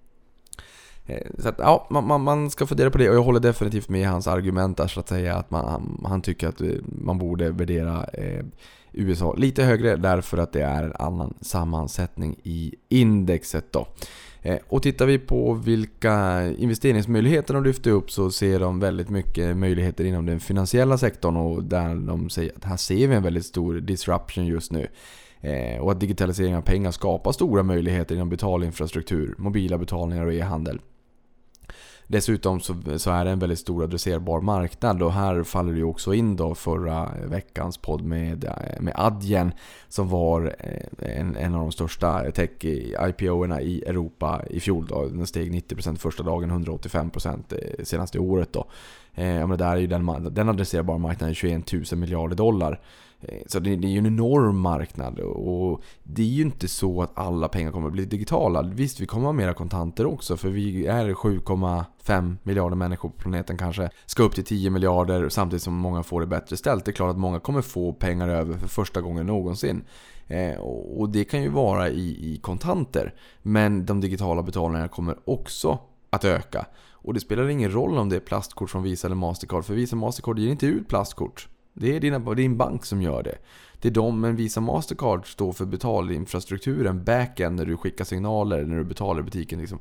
Eh, så att, ja, man, man ska fundera på det, och jag håller definitivt med hans argument där, så att säga, att man, han, han tycker att man borde värdera eh, U S A lite högre, därför att det är en annan sammansättning i indexet då. Eh, och tittar vi på vilka investeringsmöjligheter de lyfter upp, så ser de väldigt mycket möjligheter inom den finansiella sektorn, och där de säger att här ser vi en väldigt stor disruption just nu. Eh, och att digitalisering av pengar skapar stora möjligheter inom betalinfrastruktur, mobila betalningar och e-handel. Dessutom så, så är det en väldigt stor adresserbar marknad, och här faller det ju också in då förra veckans podd med, med Adyen som var en, en av de största tech-I P O-erna i Europa i fjol då. Den steg nittio procent första dagen, hundraåttiofem procent senaste året då. Eh, men där är ju den, den adresserbara marknaden tjugoett tusen miljarder dollar. Så det är ju en enorm marknad, och det är ju inte så att alla pengar kommer att bli digitala. Visst, vi kommer ha mera kontanter också, för vi är sju komma fem miljarder människor på planeten, kanske ska upp till tio miljarder samtidigt som många får det bättre ställt. Det är klart att många kommer få pengar över för första gången någonsin. Eh, och det kan ju vara i, i kontanter, men de digitala betalningarna kommer också att öka. Och det spelar ingen roll om det är plastkort från Visa eller Mastercard, för Visa och Mastercard ger inte ut plastkort. Det är dina, din bank som gör det. Det är de, men Visa Mastercard står för betalinfrastrukturen, backend, när du skickar signaler, när du betalar i butiken. Liksom.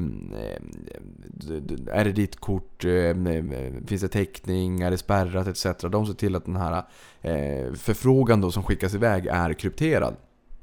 Är det ditt kort? Finns det täckning? Är det spärrat? et cetera. De ser till att den här förfrågan då som skickas iväg är krypterad.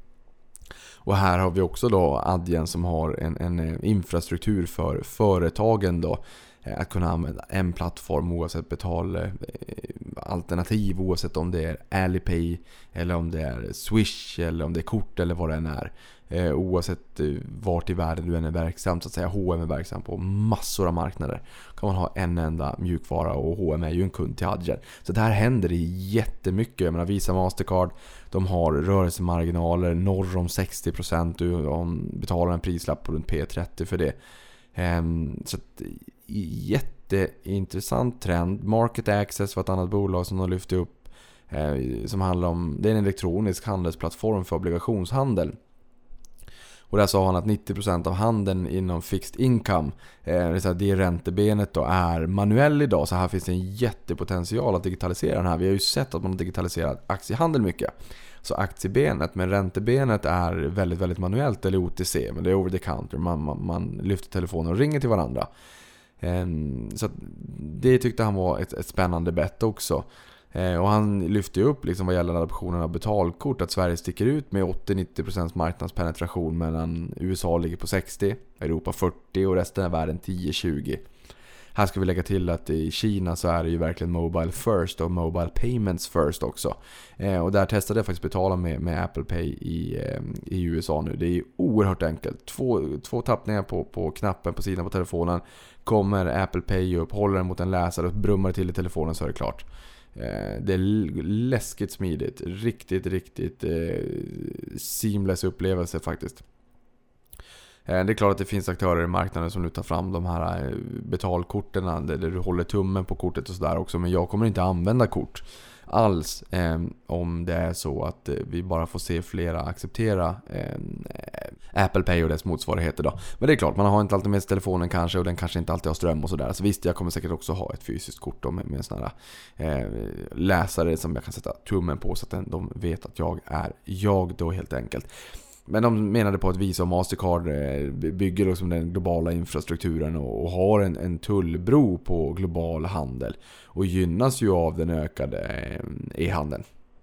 Och här har vi också då Adyen som har en, en infrastruktur för företagen då, att kunna använda en plattform oavsett betalalternativ, oavsett om det är Alipay eller om det är Swish eller om det är kort eller vad det än är. Eh, oavsett vart i världen du än är verksam, så att säga. H och M är verksam på massor av marknader. Kan man ha en enda mjukvara, och H och M är ju en kund till Adyen. Så det här händer jättemycket. Jag menar, Visa Mastercard, de har rörelsemarginaler norr om sextio procent. Du betalar en prislapp på runt P trettio för det. Eh, så att jätteintressant trend. Market Access var ett annat bolag som de lyfte upp, eh, som handlar om, det är en elektronisk handelsplattform för obligationshandel. Och där sa han att nittio procent av handeln inom fixed income, eh, det, det räntebenet då, är manuell idag. Så här finns det en jättepotential att digitalisera den här. Vi har ju sett att man har digitaliserat aktiehandel mycket. Så aktiebenet, men räntebenet är väldigt, väldigt manuellt, eller O T C, men det är over the counter. Man, man, man lyfter telefonen och ringer till varandra. Så det tyckte han var ett, ett spännande bett också. Och han lyfte upp liksom vad gäller adoptionen av betalkort att Sverige sticker ut med åttio till nittio procent marknadspenetration, medan U S A ligger på sextio, Europa fyrtio och resten av världen tio till tjugo. Här ska vi lägga till att i Kina så är det ju verkligen mobile first och mobile payments first också. Eh, och där testade jag faktiskt betala med, med Apple Pay i, eh, i U S A nu. Det är ju oerhört enkelt. Två, två tappningar på, på knappen på sidan på telefonen. Kommer Apple Pay upp, håller den mot en läsare och brummar till i telefonen, så är det klart. Eh, det är läskigt smidigt. Riktigt, riktigt eh, seamless upplevelse faktiskt. Det är klart att det finns aktörer i marknaden som nu tar fram de här betalkorten där du håller tummen på kortet och sådär också. Men jag kommer inte använda kort alls eh, om det är så att eh, vi bara får se flera acceptera eh, Apple Pay och dess motsvarigheter då. Men det är klart, man har inte alltid med telefonen kanske, och den kanske inte alltid har ström och sådär. Så visst, jag kommer säkert också ha ett fysiskt kort då, med, med en sån här eh, läsare som jag kan sätta tummen på så att den, de vet att jag är jag då, helt enkelt. Men de menade på att Visa och Mastercard bygger liksom den globala infrastrukturen och har en, en tullbro på global handel och gynnas ju av den ökade e-handeln.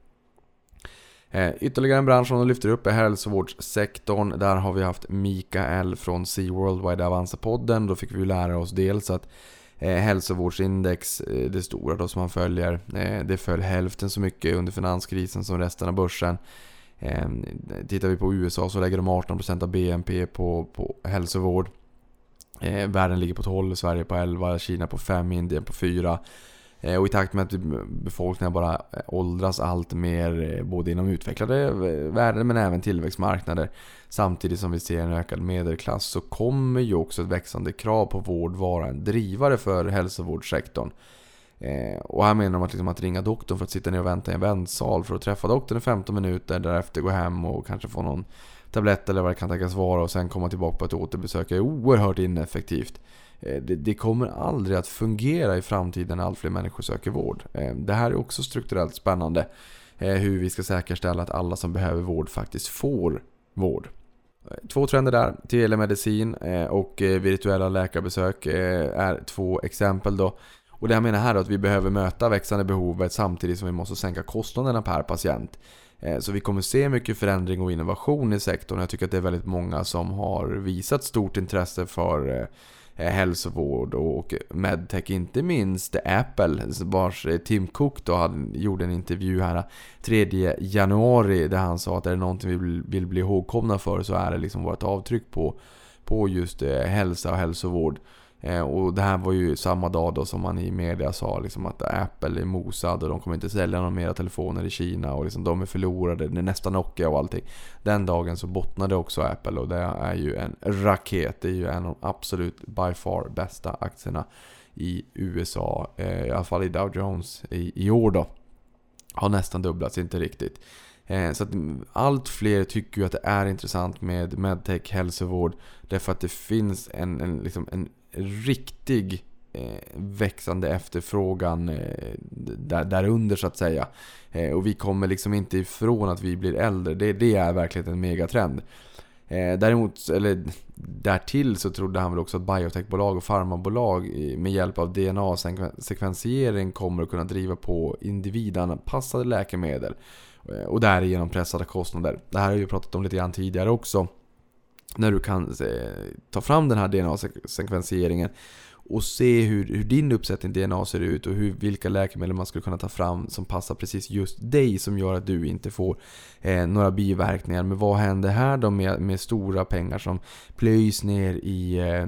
Ytterligare en bransch som de lyfter upp är hälsovårdssektorn. Där har vi haft Mikael från SeaWorld Wide Avanza-podden. Då fick vi lära oss dels att eh, hälsovårdsindex, eh, det stora då som man följer, eh, det föll hälften så mycket under finanskrisen som resten av börsen. Eh, tittar vi på U S A så lägger de arton procent av B N P på, på hälsovård. Eh, världen ligger på tolv, Sverige på elva, Kina på fem, Indien på fyra. Eh, och i takt med att befolkningen bara åldras allt mer, både inom utvecklade världar men även tillväxtmarknader, samtidigt som vi ser en ökad medelklass, så kommer ju också ett växande krav på vård vara en drivare för hälsovårdssektorn. Eh, och här menar de att, liksom, att ringa doktorn för att sitta ner och vänta i en väntsal för att träffa doktorn i femton minuter, därefter gå hem och kanske få någon tablett eller vad det kan tänkas vara och sen komma tillbaka på ett återbesök är oerhört ineffektivt. Eh, det, det kommer aldrig att fungera i framtiden när allt fler människor söker vård. Eh, det här är också strukturellt spännande, eh, hur vi ska säkerställa att alla som behöver vård faktiskt får vård. Två trender där, telemedicin eh, och eh, virtuella läkarbesök eh, är två exempel då. Och det jag menar här är att vi behöver möta växande behovet samtidigt som vi måste sänka kostnaderna per patient. Så vi kommer se mycket förändring och innovation i sektorn. Jag tycker att det är väldigt många som har visat stort intresse för eh, hälsovård och medtech, inte minst Apple, vars eh, Tim Cook då hade, gjorde en intervju här tredje januari där han sa att är det någonting vi vill, vill bli ihågkomna för så är det liksom vårt avtryck på, på just eh, hälsa och hälsovård. Eh, och det här var ju samma dag då som man i media sa liksom att Apple är mosad och de kommer inte sälja några mera telefoner i Kina och liksom de är förlorade, det är nästan Nokia och allting. Den dagen så bottnade också Apple och det är ju en raket. Det är ju en av de absolut by far bästa aktierna i U S A, eh, i alla fall i Dow Jones i, i år då. Har nästan dubblats, inte riktigt. Eh, så att allt fler tycker ju att det är intressant med medtech, hälsovård, därför att det finns en, en, liksom en riktig eh, växande efterfrågan eh, där, där under så att säga. Eh, och vi kommer liksom inte ifrån att vi blir äldre. Det, det är verkligen en megatrend. Eh, däremot, eller därtill så trodde han väl också att biotechbolag och farmabolag med hjälp av D N A-sekvensering kommer att kunna driva på individanpassade läkemedel eh, och därigenom pressade kostnader. Det här har vi pratat om lite grann tidigare också. När du kan eh, ta fram den här D N A-sekvenseringen och se hur, hur din uppsättning D N A ser ut och hur, vilka läkemedel man skulle kunna ta fram som passar precis just dig, som gör att du inte får eh, några biverkningar. Men vad händer här då med, med stora pengar som plöjs ner i, eh,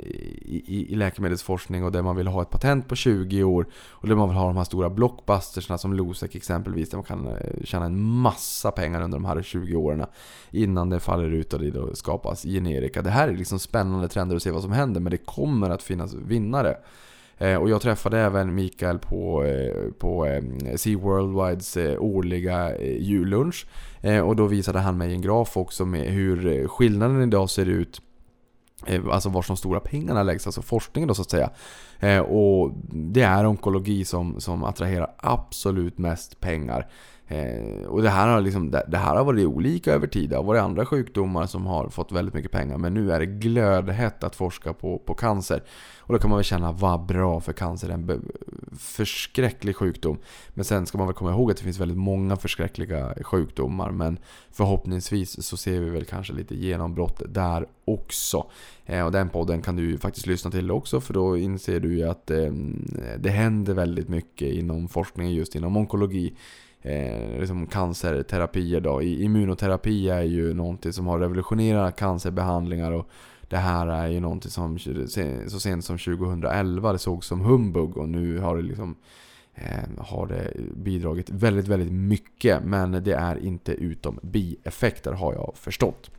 i, i läkemedelsforskning och där man vill ha ett patent på tjugo år och där man vill ha de här stora blockbustersna som Losec exempelvis, där man kan eh, tjäna en massa pengar under de här tjugo åren innan det faller ut och det då skapas generika. Det här är liksom spännande trender att se vad som händer, men det kommer att finnas vinnare. Eh, och jag träffade även Mikael på, eh, på eh, Sea Worldwides eh, årliga eh, jullunch. Eh, och då visade han mig en graf också med hur skillnaden idag ser ut. Eh, alltså var de stora pengarna läggs, alltså forskningen då så att säga. Eh, och det är onkologi som, som attraherar absolut mest pengar. Eh, och det här har liksom, det, det här har varit olika över tid. Det har varit andra sjukdomar som har fått väldigt mycket pengar, men nu är det glödhett att forska på, på cancer. Och då kan man väl känna, vad bra, för cancer är en be- förskräcklig sjukdom. Men sen ska man väl komma ihåg att det finns väldigt många förskräckliga sjukdomar, men förhoppningsvis så ser vi väl kanske lite genombrott där också. Eh, och den podden kan du ju faktiskt lyssna till också, för då inser du ju att eh, det händer väldigt mycket inom forskningen just inom onkologi. Eh, liksom cancerterapier då. Immunoterapi är ju någonting som har revolutionerat cancerbehandlingar, och det här är ju någonting som så sent som tjugohundraelva det såg som humbug, och nu har det liksom eh, har det bidragit väldigt väldigt mycket, men det är inte utom bieffekter, har jag förstått.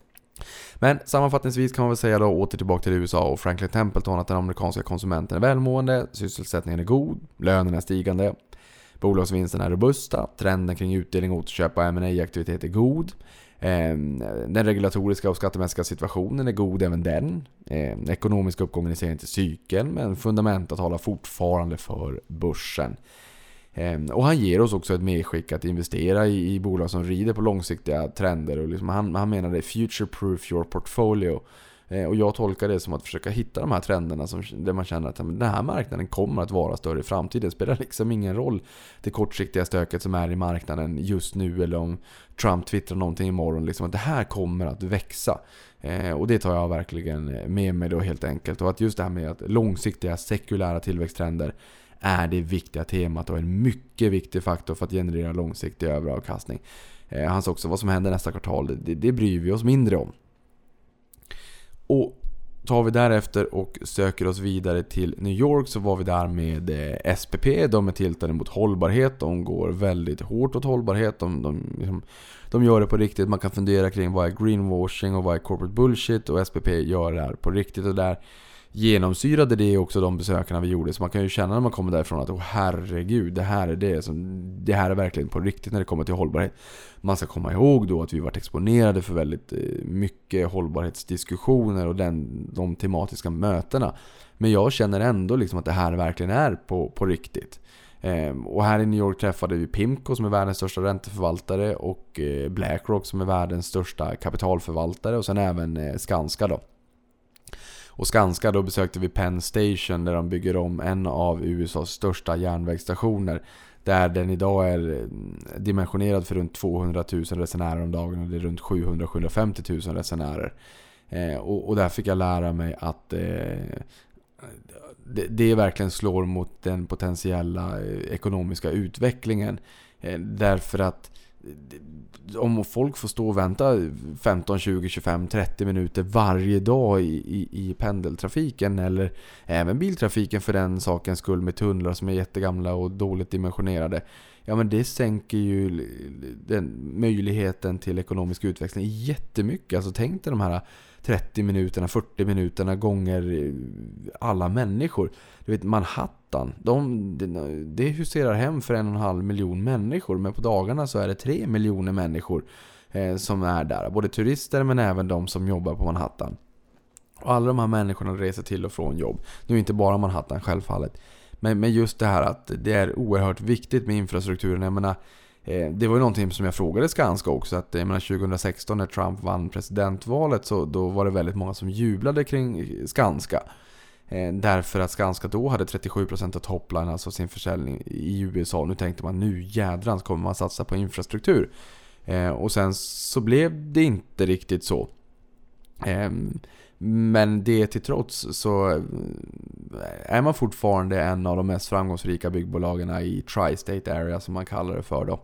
Men sammanfattningsvis kan man väl säga då, åter tillbaka till U S A och Franklin Templeton, att den amerikanska konsumenten är välmående, sysselsättningen är god, lönerna är stigande, bolagsvinsten är robusta, trenden kring utdelning, återköp och M and A-aktivitet är god. Eh, den regulatoriska och skattemässiga situationen är god även den. Eh, ekonomiska uppgången ser inte cykeln, men fundamentet talar fortfarande för börsen. Eh, och han ger oss också ett medskick att investera i, i bolag som rider på långsiktiga trender. Och liksom han, han menar det future-proof your portfolio. Och jag tolkar det som att försöka hitta de här trenderna som, där man känner att den här marknaden kommer att vara större i framtiden. Det spelar liksom ingen roll det kortsiktiga stöket som är i marknaden just nu, eller om Trump twittrar någonting imorgon. Liksom att det här kommer att växa. Eh, och det tar jag verkligen med mig då, helt enkelt. Och att just det här med att långsiktiga sekulära tillväxttrender är det viktiga temat och en mycket viktig faktor för att generera långsiktig överavkastning. Eh, han sa också vad som händer nästa kvartal, det, det bryr vi oss mindre om. Och tar vi därefter och söker oss vidare till New York, så var vi där med S P P. De är tiltade mot hållbarhet. De går väldigt hårt åt hållbarhet. De, de, liksom, de gör det på riktigt. Man kan fundera kring vad är greenwashing och vad är corporate bullshit. Och S P P gör det här på riktigt. Och där genomsyrade det också de besökarna vi gjorde. Så man kan ju känna när man kommer därifrån att åh herregud, det här är det som, det här är verkligen på riktigt när det kommer till hållbarhet. Man ska komma ihåg då att vi varit exponerade för väldigt mycket hållbarhetsdiskussioner och den, de tematiska mötena. Men jag känner ändå liksom att det här verkligen är på, på riktigt. Ehm, och här i New York träffade vi Pimco som är världens största ränteförvaltare, och eh, BlackRock som är världens största kapitalförvaltare, och sen även eh, Skanska då. Och Skanska, då besökte vi Penn Station där de bygger om en av U S A:s största järnvägsstationer, där den idag är dimensionerad för runt tvåhundratusen resenärer om dagen, och det är runt sjuhundra till sjuhundrafemtio tusen resenärer. Eh, och, och där fick jag lära mig att eh, det, det verkligen slår mot den potentiella eh, ekonomiska utvecklingen. Eh, därför att om folk får stå och vänta femton, tjugo, tjugofem, trettio minuter varje dag i, i, i pendeltrafiken eller även biltrafiken för den sakens skull med tunnlar som är jättegamla och dåligt dimensionerade, ja men det sänker ju den möjligheten till ekonomisk utveckling jättemycket. Alltså tänk dig de här trettio minuterna, fyrtio minuterna gånger alla människor. Du vet Manhattan, de, det, det huserar hem för en och en halv miljon människor, men på dagarna så är det tre miljoner människor eh, som är där. Både turister men även de som jobbar på Manhattan. Och alla de här människorna reser till och från jobb. Nu är inte bara Manhattan självfallet. Men, men just det här att det är oerhört viktigt med infrastrukturen. Jag menar, eh, det var ju någonting som jag frågade Skanska också. Att, jag menar, tjugohundrasexton när Trump vann presidentvalet så då var det väldigt många som jublade kring Skanska. Eh, därför att Skanska då hade trettiosju procent av topline, alltså sin försäljning i U S A. Nu tänkte man, nu jädrans kommer man satsa på infrastruktur. Eh, och sen så blev det inte riktigt så. Eh, Men det till trots så är man fortfarande en av de mest framgångsrika byggbolagen i Tri-State Area som man kallar det för då.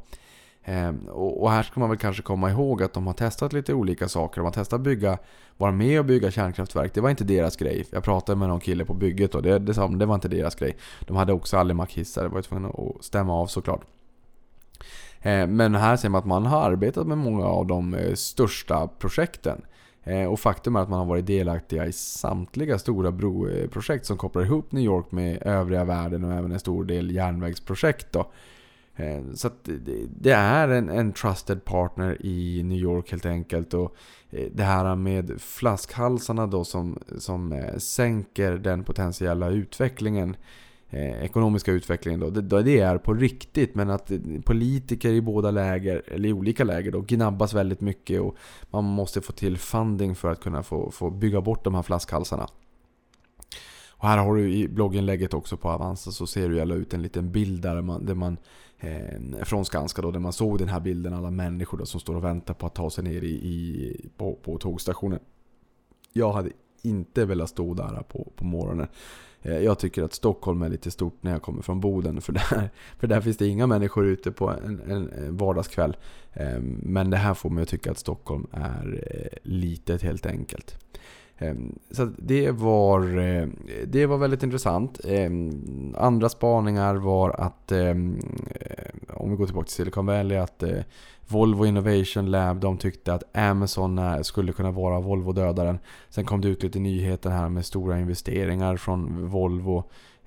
Och här ska man väl kanske komma ihåg att de har testat lite olika saker. De har testat bygga, vara med och bygga kärnkraftverk. Det var inte deras grej. Jag pratade med någon kille på bygget och det, det, det var inte deras grej. De hade också Alimak-hissar. Det var ju tvungna att stämma av såklart. Men här ser man att man har arbetat med många av de största projekten. Och faktum är att man har varit delaktiga i samtliga stora broprojekt som kopplar ihop New York med övriga världen och även en stor del järnvägsprojekt då. Så att det är en, en trusted partner i New York helt enkelt. Och det här med flaskhalsarna då som, som sänker den potentiella utvecklingen, eh, ekonomiska utvecklingen då, det, det är på riktigt. Men att politiker i båda läger, eller i olika läger då, gnabbas väldigt mycket och man måste få till funding för att kunna få, få bygga bort de här flaskhalsarna. Och här har du i blogginlägget också på Avanza, så ser du jag la ut en liten bild där man, där man eh, från Skanska då, där man såg den här bilden, alla människor då, som står och väntar på att ta sig ner i, i, på, på tågstationen. Jag hade inte velat stå där på, på morgonen. Eh, jag tycker att Stockholm är lite stort när jag kommer från Boden, för där, för där finns det inga människor ute på en, en, en vardagskväll. Eh, men det här får mig att tycka att Stockholm är eh, litet helt enkelt. Så det var, det var väldigt intressant. Andra spaningar var att, om vi går tillbaka till Silicon Valley, att Volvo Innovation Lab, de tyckte att Amazon skulle kunna vara Volvo-dödaren. Sen kom det ut lite nyheter här med stora investeringar från Volvo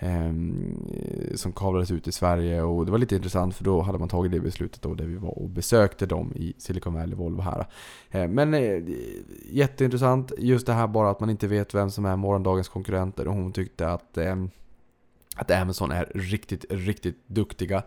som kablades ut i Sverige, och det var lite intressant för då hade man tagit det beslutet då, där vi var och besökte dem i Silicon Valley, Volvo här. Men jätteintressant just det här, bara att man inte vet vem som är morgondagens konkurrenter, och hon tyckte att, att Amazon är riktigt, riktigt duktiga.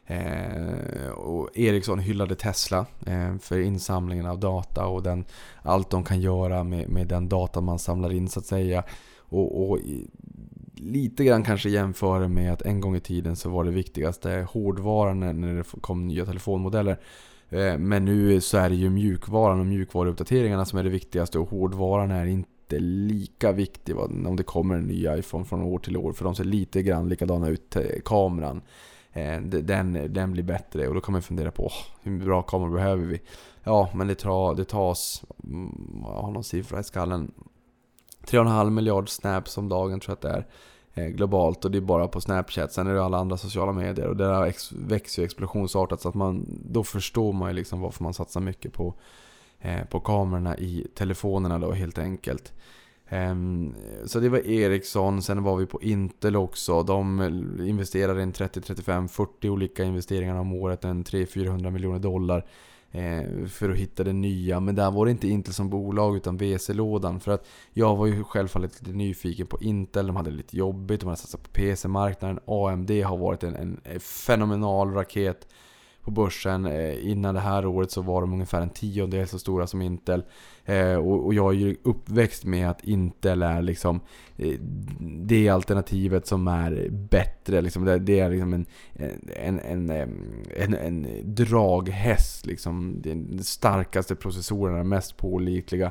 Eh, och Ericsson hyllade Tesla eh, för insamlingen av data och den, allt de kan göra med, med den data man samlar in så att säga. Och, och lite grann kanske jämföra med att en gång i tiden så var det viktigaste hårdvaran när det kom nya telefonmodeller. Eh, men nu så är det ju mjukvaran och mjukvaruuppdateringarna som är det viktigaste, och hårdvaran är inte lika viktig om det kommer en ny iPhone från år till år, för de ser lite grann likadana ut. Kameran, Den, den blir bättre, och då kan man fundera på hur bra kameror behöver vi. Ja, men det, tar, det tas, jag har någon siffra i skallen, tre komma fem miljard snaps om dagen tror jag att det är globalt, och det är bara på Snapchat. Sen är det alla andra sociala medier, och det där ex, växer ju explosionsartat, så att man, då förstår man ju liksom varför man satsar mycket på, eh, på kamerorna i telefonerna då helt enkelt. Um, så det var Ericsson. Sen var vi på Intel också. De investerade in trettio, trettiofem, fyrtio olika investeringar om året, en tre till fyrahundra miljoner dollar eh, för att hitta det nya. Men där var det inte Intel som bolag utan V C-lådan, för att jag var ju självfallet lite nyfiken på Intel. De hade lite jobbigt, de hade satsat på P C-marknaden. A M D har varit en, en fenomenal raket på börsen. Innan det här året så var de ungefär en tiondel så stora som Intel. Eh, och, och jag är ju uppväxt med att Intel är liksom eh, det alternativet som är bättre. Liksom. Det, det är liksom en, en, en, en, en draghäst. Liksom. Den starkaste processorerna, mest pålitliga.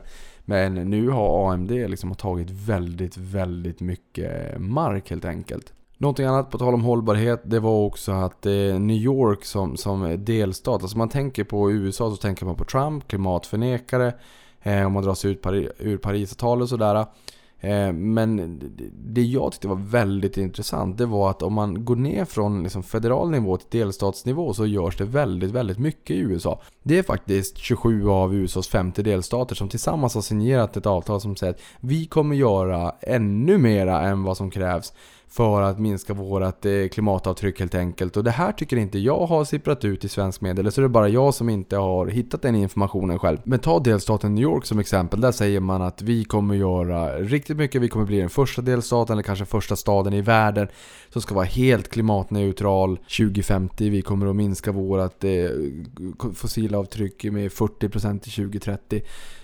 Men nu har A M D liksom tagit väldigt, väldigt mycket mark helt enkelt. Någonting annat på tal om hållbarhet, det var också att eh, New York som, som delstat, alltså man tänker på U S A så tänker man på Trump, klimatförnekare, eh, om man drar sig ut Pari- ur Parisavtalet och sådär. Eh, men det jag tyckte var väldigt intressant, det var att om man går ner från liksom federal nivå till delstatsnivå så görs det väldigt, väldigt mycket i U S A. Det är faktiskt tjugosju av U S A:s femtio delstater som tillsammans har signerat ett avtal som säger att vi kommer göra ännu mera än vad som krävs för att minska vårat eh, klimatavtryck helt enkelt. Och det här tycker inte jag har sipprat ut i svensk media, eller så är det bara jag som inte har hittat den informationen själv. Men ta delstaten New York som exempel, där säger man att vi kommer göra riktigt mycket, vi kommer bli den första delstaten eller kanske första staden i världen som ska vara helt klimatneutral tjugo femtio. Vi kommer att minska vårat eh, fossila avtryck med fyrtio procent till tjugo trettio.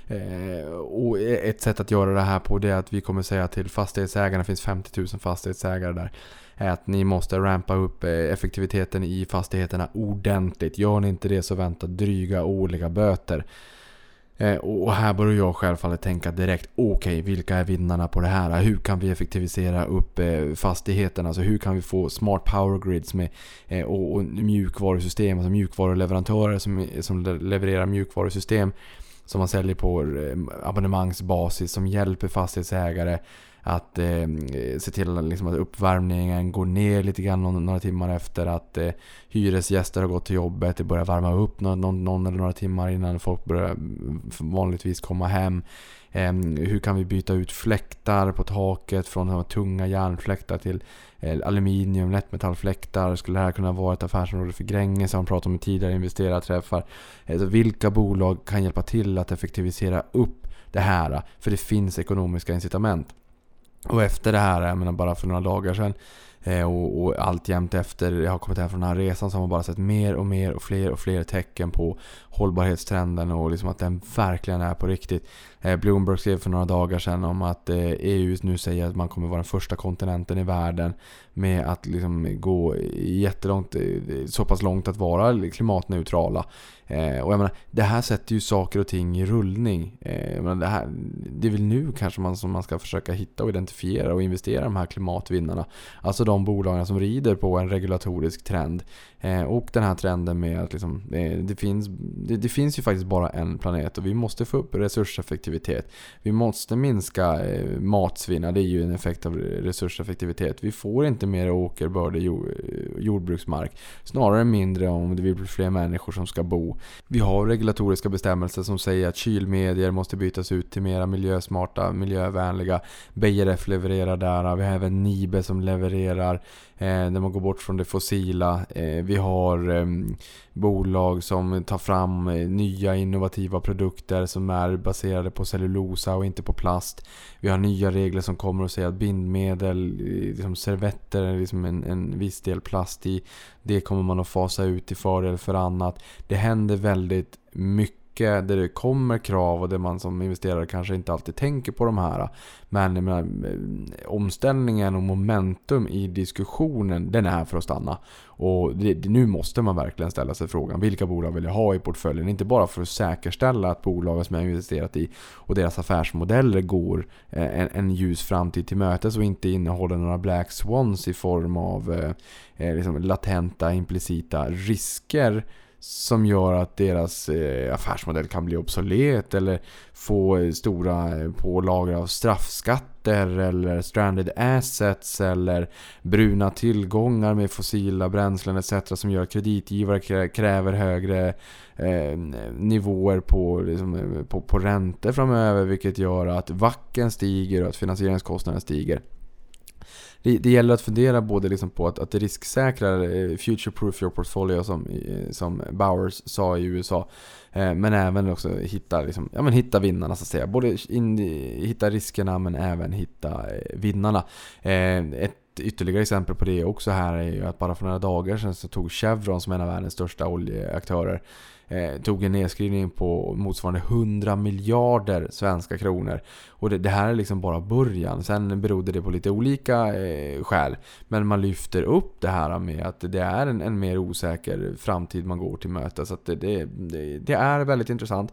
Eh, och ett sätt att göra det här på, det är att vi kommer säga till fastighetsägarna, det finns femtio tusen fastighetsägare där, är att ni måste rampa upp effektiviteten i fastigheterna ordentligt. Gör ni inte det så väntar dryga årliga böter. Eh, och här börjar jag självfallet tänka direkt, okej, okay, vilka är vinnarna på det här? Hur kan vi effektivisera upp eh, fastigheterna? Alltså hur kan vi få smart power grids med, eh, och, och mjukvarusystem, alltså mjukvaruleverantörer som, som levererar mjukvarusystem som man säljer på abonnemangsbasis, som hjälper fastighetsägare att eh, se till liksom, att uppvärmningen går ner lite grann någon, några timmar efter att eh, hyresgäster har gått till jobbet. Det börjar värma upp någon, någon, någon eller några timmar innan folk börjar vanligtvis komma hem. Eh, hur kan vi byta ut fläktar på taket från de tunga järnfläktar till eh, aluminium, lättmetallfläktar? Skulle det här kunna vara ett affärsområde för Gränges som man pratat om i tidigare investerarträffar? Eh, så vilka bolag kan hjälpa till att effektivisera upp det här? För det finns ekonomiska incitament. Och efter det här, jag menar bara för några dagar sedan eh, och, och allt jämt efter jag har kommit hem från den här resan, så har man bara sett mer och mer och fler och fler tecken på hållbarhetstrenden och liksom att den verkligen är på riktigt. Eh, Bloomberg skrev för några dagar sedan om att eh, E U nu säger att man kommer vara den första kontinenten i världen med att liksom gå jättelångt, så pass långt att vara klimatneutrala. Eh, och jag menar, det här sätter ju saker och ting i rullning. Eh, jag menar, det, här, det är väl nu kanske man, som man ska försöka hitta och identifiera och investera i de här klimatvinnarna. Alltså de bolagen som rider på en regulatorisk trend. Eh, och den här trenden med att liksom, eh, det, finns, det, det finns ju faktiskt bara en planet och vi måste få upp resurseffektivitet. Vi måste minska eh, matsvinna, det är ju en effekt av resurseffektivitet. Vi får inte mer åkerbörd i jord, jordbruksmark, snarare mindre om det vill bli fler människor som ska bo. Vi har regulatoriska bestämmelser som säger att kylmedier måste bytas ut till mera miljösmarta, miljövänliga. B R F levererar där. Vi har även Nibe som levererar eh, när man går bort från det fossila. Eh, vi har eh, bolag som tar fram eh, nya innovativa produkter som är baserade på cellulosa och inte på plast. Vi har nya regler som kommer att säga att bindmedel, liksom servetter, är liksom en, en viss del plast i. Det kommer man att fasa ut till fördel för annat. Det händer väldigt mycket där det kommer krav och där man som investerare kanske inte alltid tänker på de här. Men jag menar, omställningen och momentum i diskussionen, den är för att stanna. Och det, nu måste man verkligen ställa sig frågan, vilka bolag vill jag ha i portföljen? Inte bara för att säkerställa att bolagen som jag har investerat i och deras affärsmodeller går en, en ljus framtid till mötes och inte innehåller några black swans i form av eh, liksom latenta, implicita risker som gör att deras eh, affärsmodell kan bli obsolet eller få eh, stora eh, pålagor av straffskatter eller stranded assets eller bruna tillgångar med fossila bränslen et cetera som gör att kreditgivare krä- kräver högre eh, nivåer på, liksom, på, på räntor framöver, vilket gör att vacken stiger och att finansieringskostnaden stiger. Det, det gäller att fundera både liksom på att, att det risksäkrar eh, future-proof your portfolio som, eh, som Bowers sa i U S A. Eh, men även också hitta, liksom, ja, men hitta vinnarna så att säga. Både in, hitta riskerna men även hitta eh, vinnarna. Eh, ett ytterligare exempel på det också här är ju att bara för några dagar sedan så tog Chevron, som en av världens största oljeaktörer, eh, tog en nedskrivning på motsvarande hundra miljarder svenska kronor. Och det, det här är liksom bara början. Sen berodde det på lite olika eh, skäl. Men man lyfter upp det här med att det är en, en mer osäker framtid man går till möte. Så att det, det, det, det är väldigt intressant.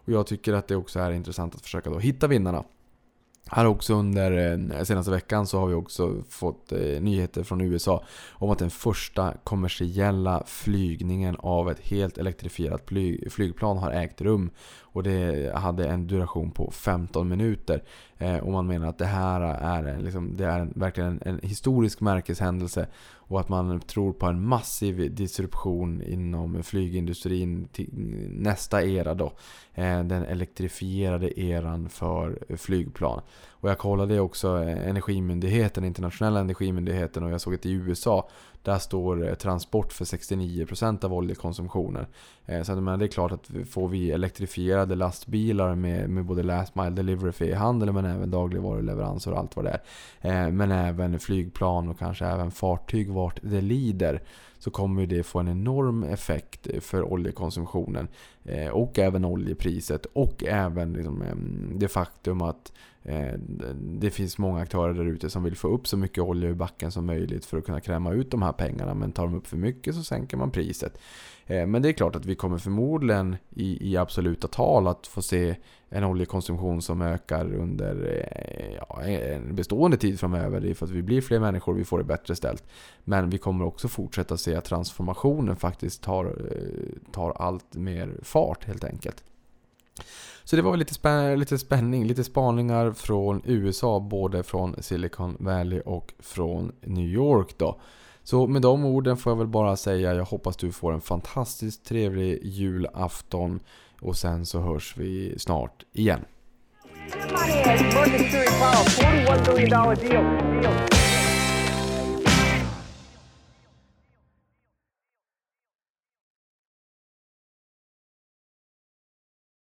Och jag tycker att det också är intressant att försöka då hitta vinnarna. Här också under eh, senaste veckan så har vi också fått eh, nyheter från U S A om att den första kommersiella flygningen av ett helt elektrifierat flyg, flygplan har ägt rum. Och det hade en duration på femton minuter. Eh, och man menar att det här är, liksom, det är en, verkligen en, en historisk märkeshändelse. Och att man tror på en massiv disruption inom flygindustrin till nästa era då. Eh, den elektrifierade eran för flygplan. Och jag kollade också Energimyndigheten, internationella energimyndigheten, och jag såg att i U S A där står transport för sextionio procent av oljekonsumtionen. Eh, så men det är klart att får vi elektrifierade lastbilar med, med både last mile delivery för handel men även dagligvaruleveranser och allt vad det är. Eh, men även flygplan och kanske även fartyg vart det lider, så kommer det få en enorm effekt för oljekonsumtionen eh, och även oljepriset och även liksom, eh, det faktum att eh, det finns många aktörer där ute som vill få upp så mycket olja ur backen som möjligt för att kunna kräma ut de här pengarna, men tar de upp för mycket så sänker man priset. Eh, men det är klart att vi kommer förmodligen i, i absoluta tal att få se en oljekonsumtion som ökar under eh, ja, en bestående tid framöver. Det är för att vi blir fler människor och vi får det bättre ställt. Men vi kommer också fortsätta se att transformationen faktiskt tar, tar allt mer fart helt enkelt. Så det var lite, spä- lite spänning, lite spaningar från U S A, både från Silicon Valley och från New York då. Så med de orden får jag väl bara säga, jag hoppas du får en fantastiskt trevlig julafton och sen så hörs vi snart igen. Emergency Power, forty-one billion dollars deal. deal.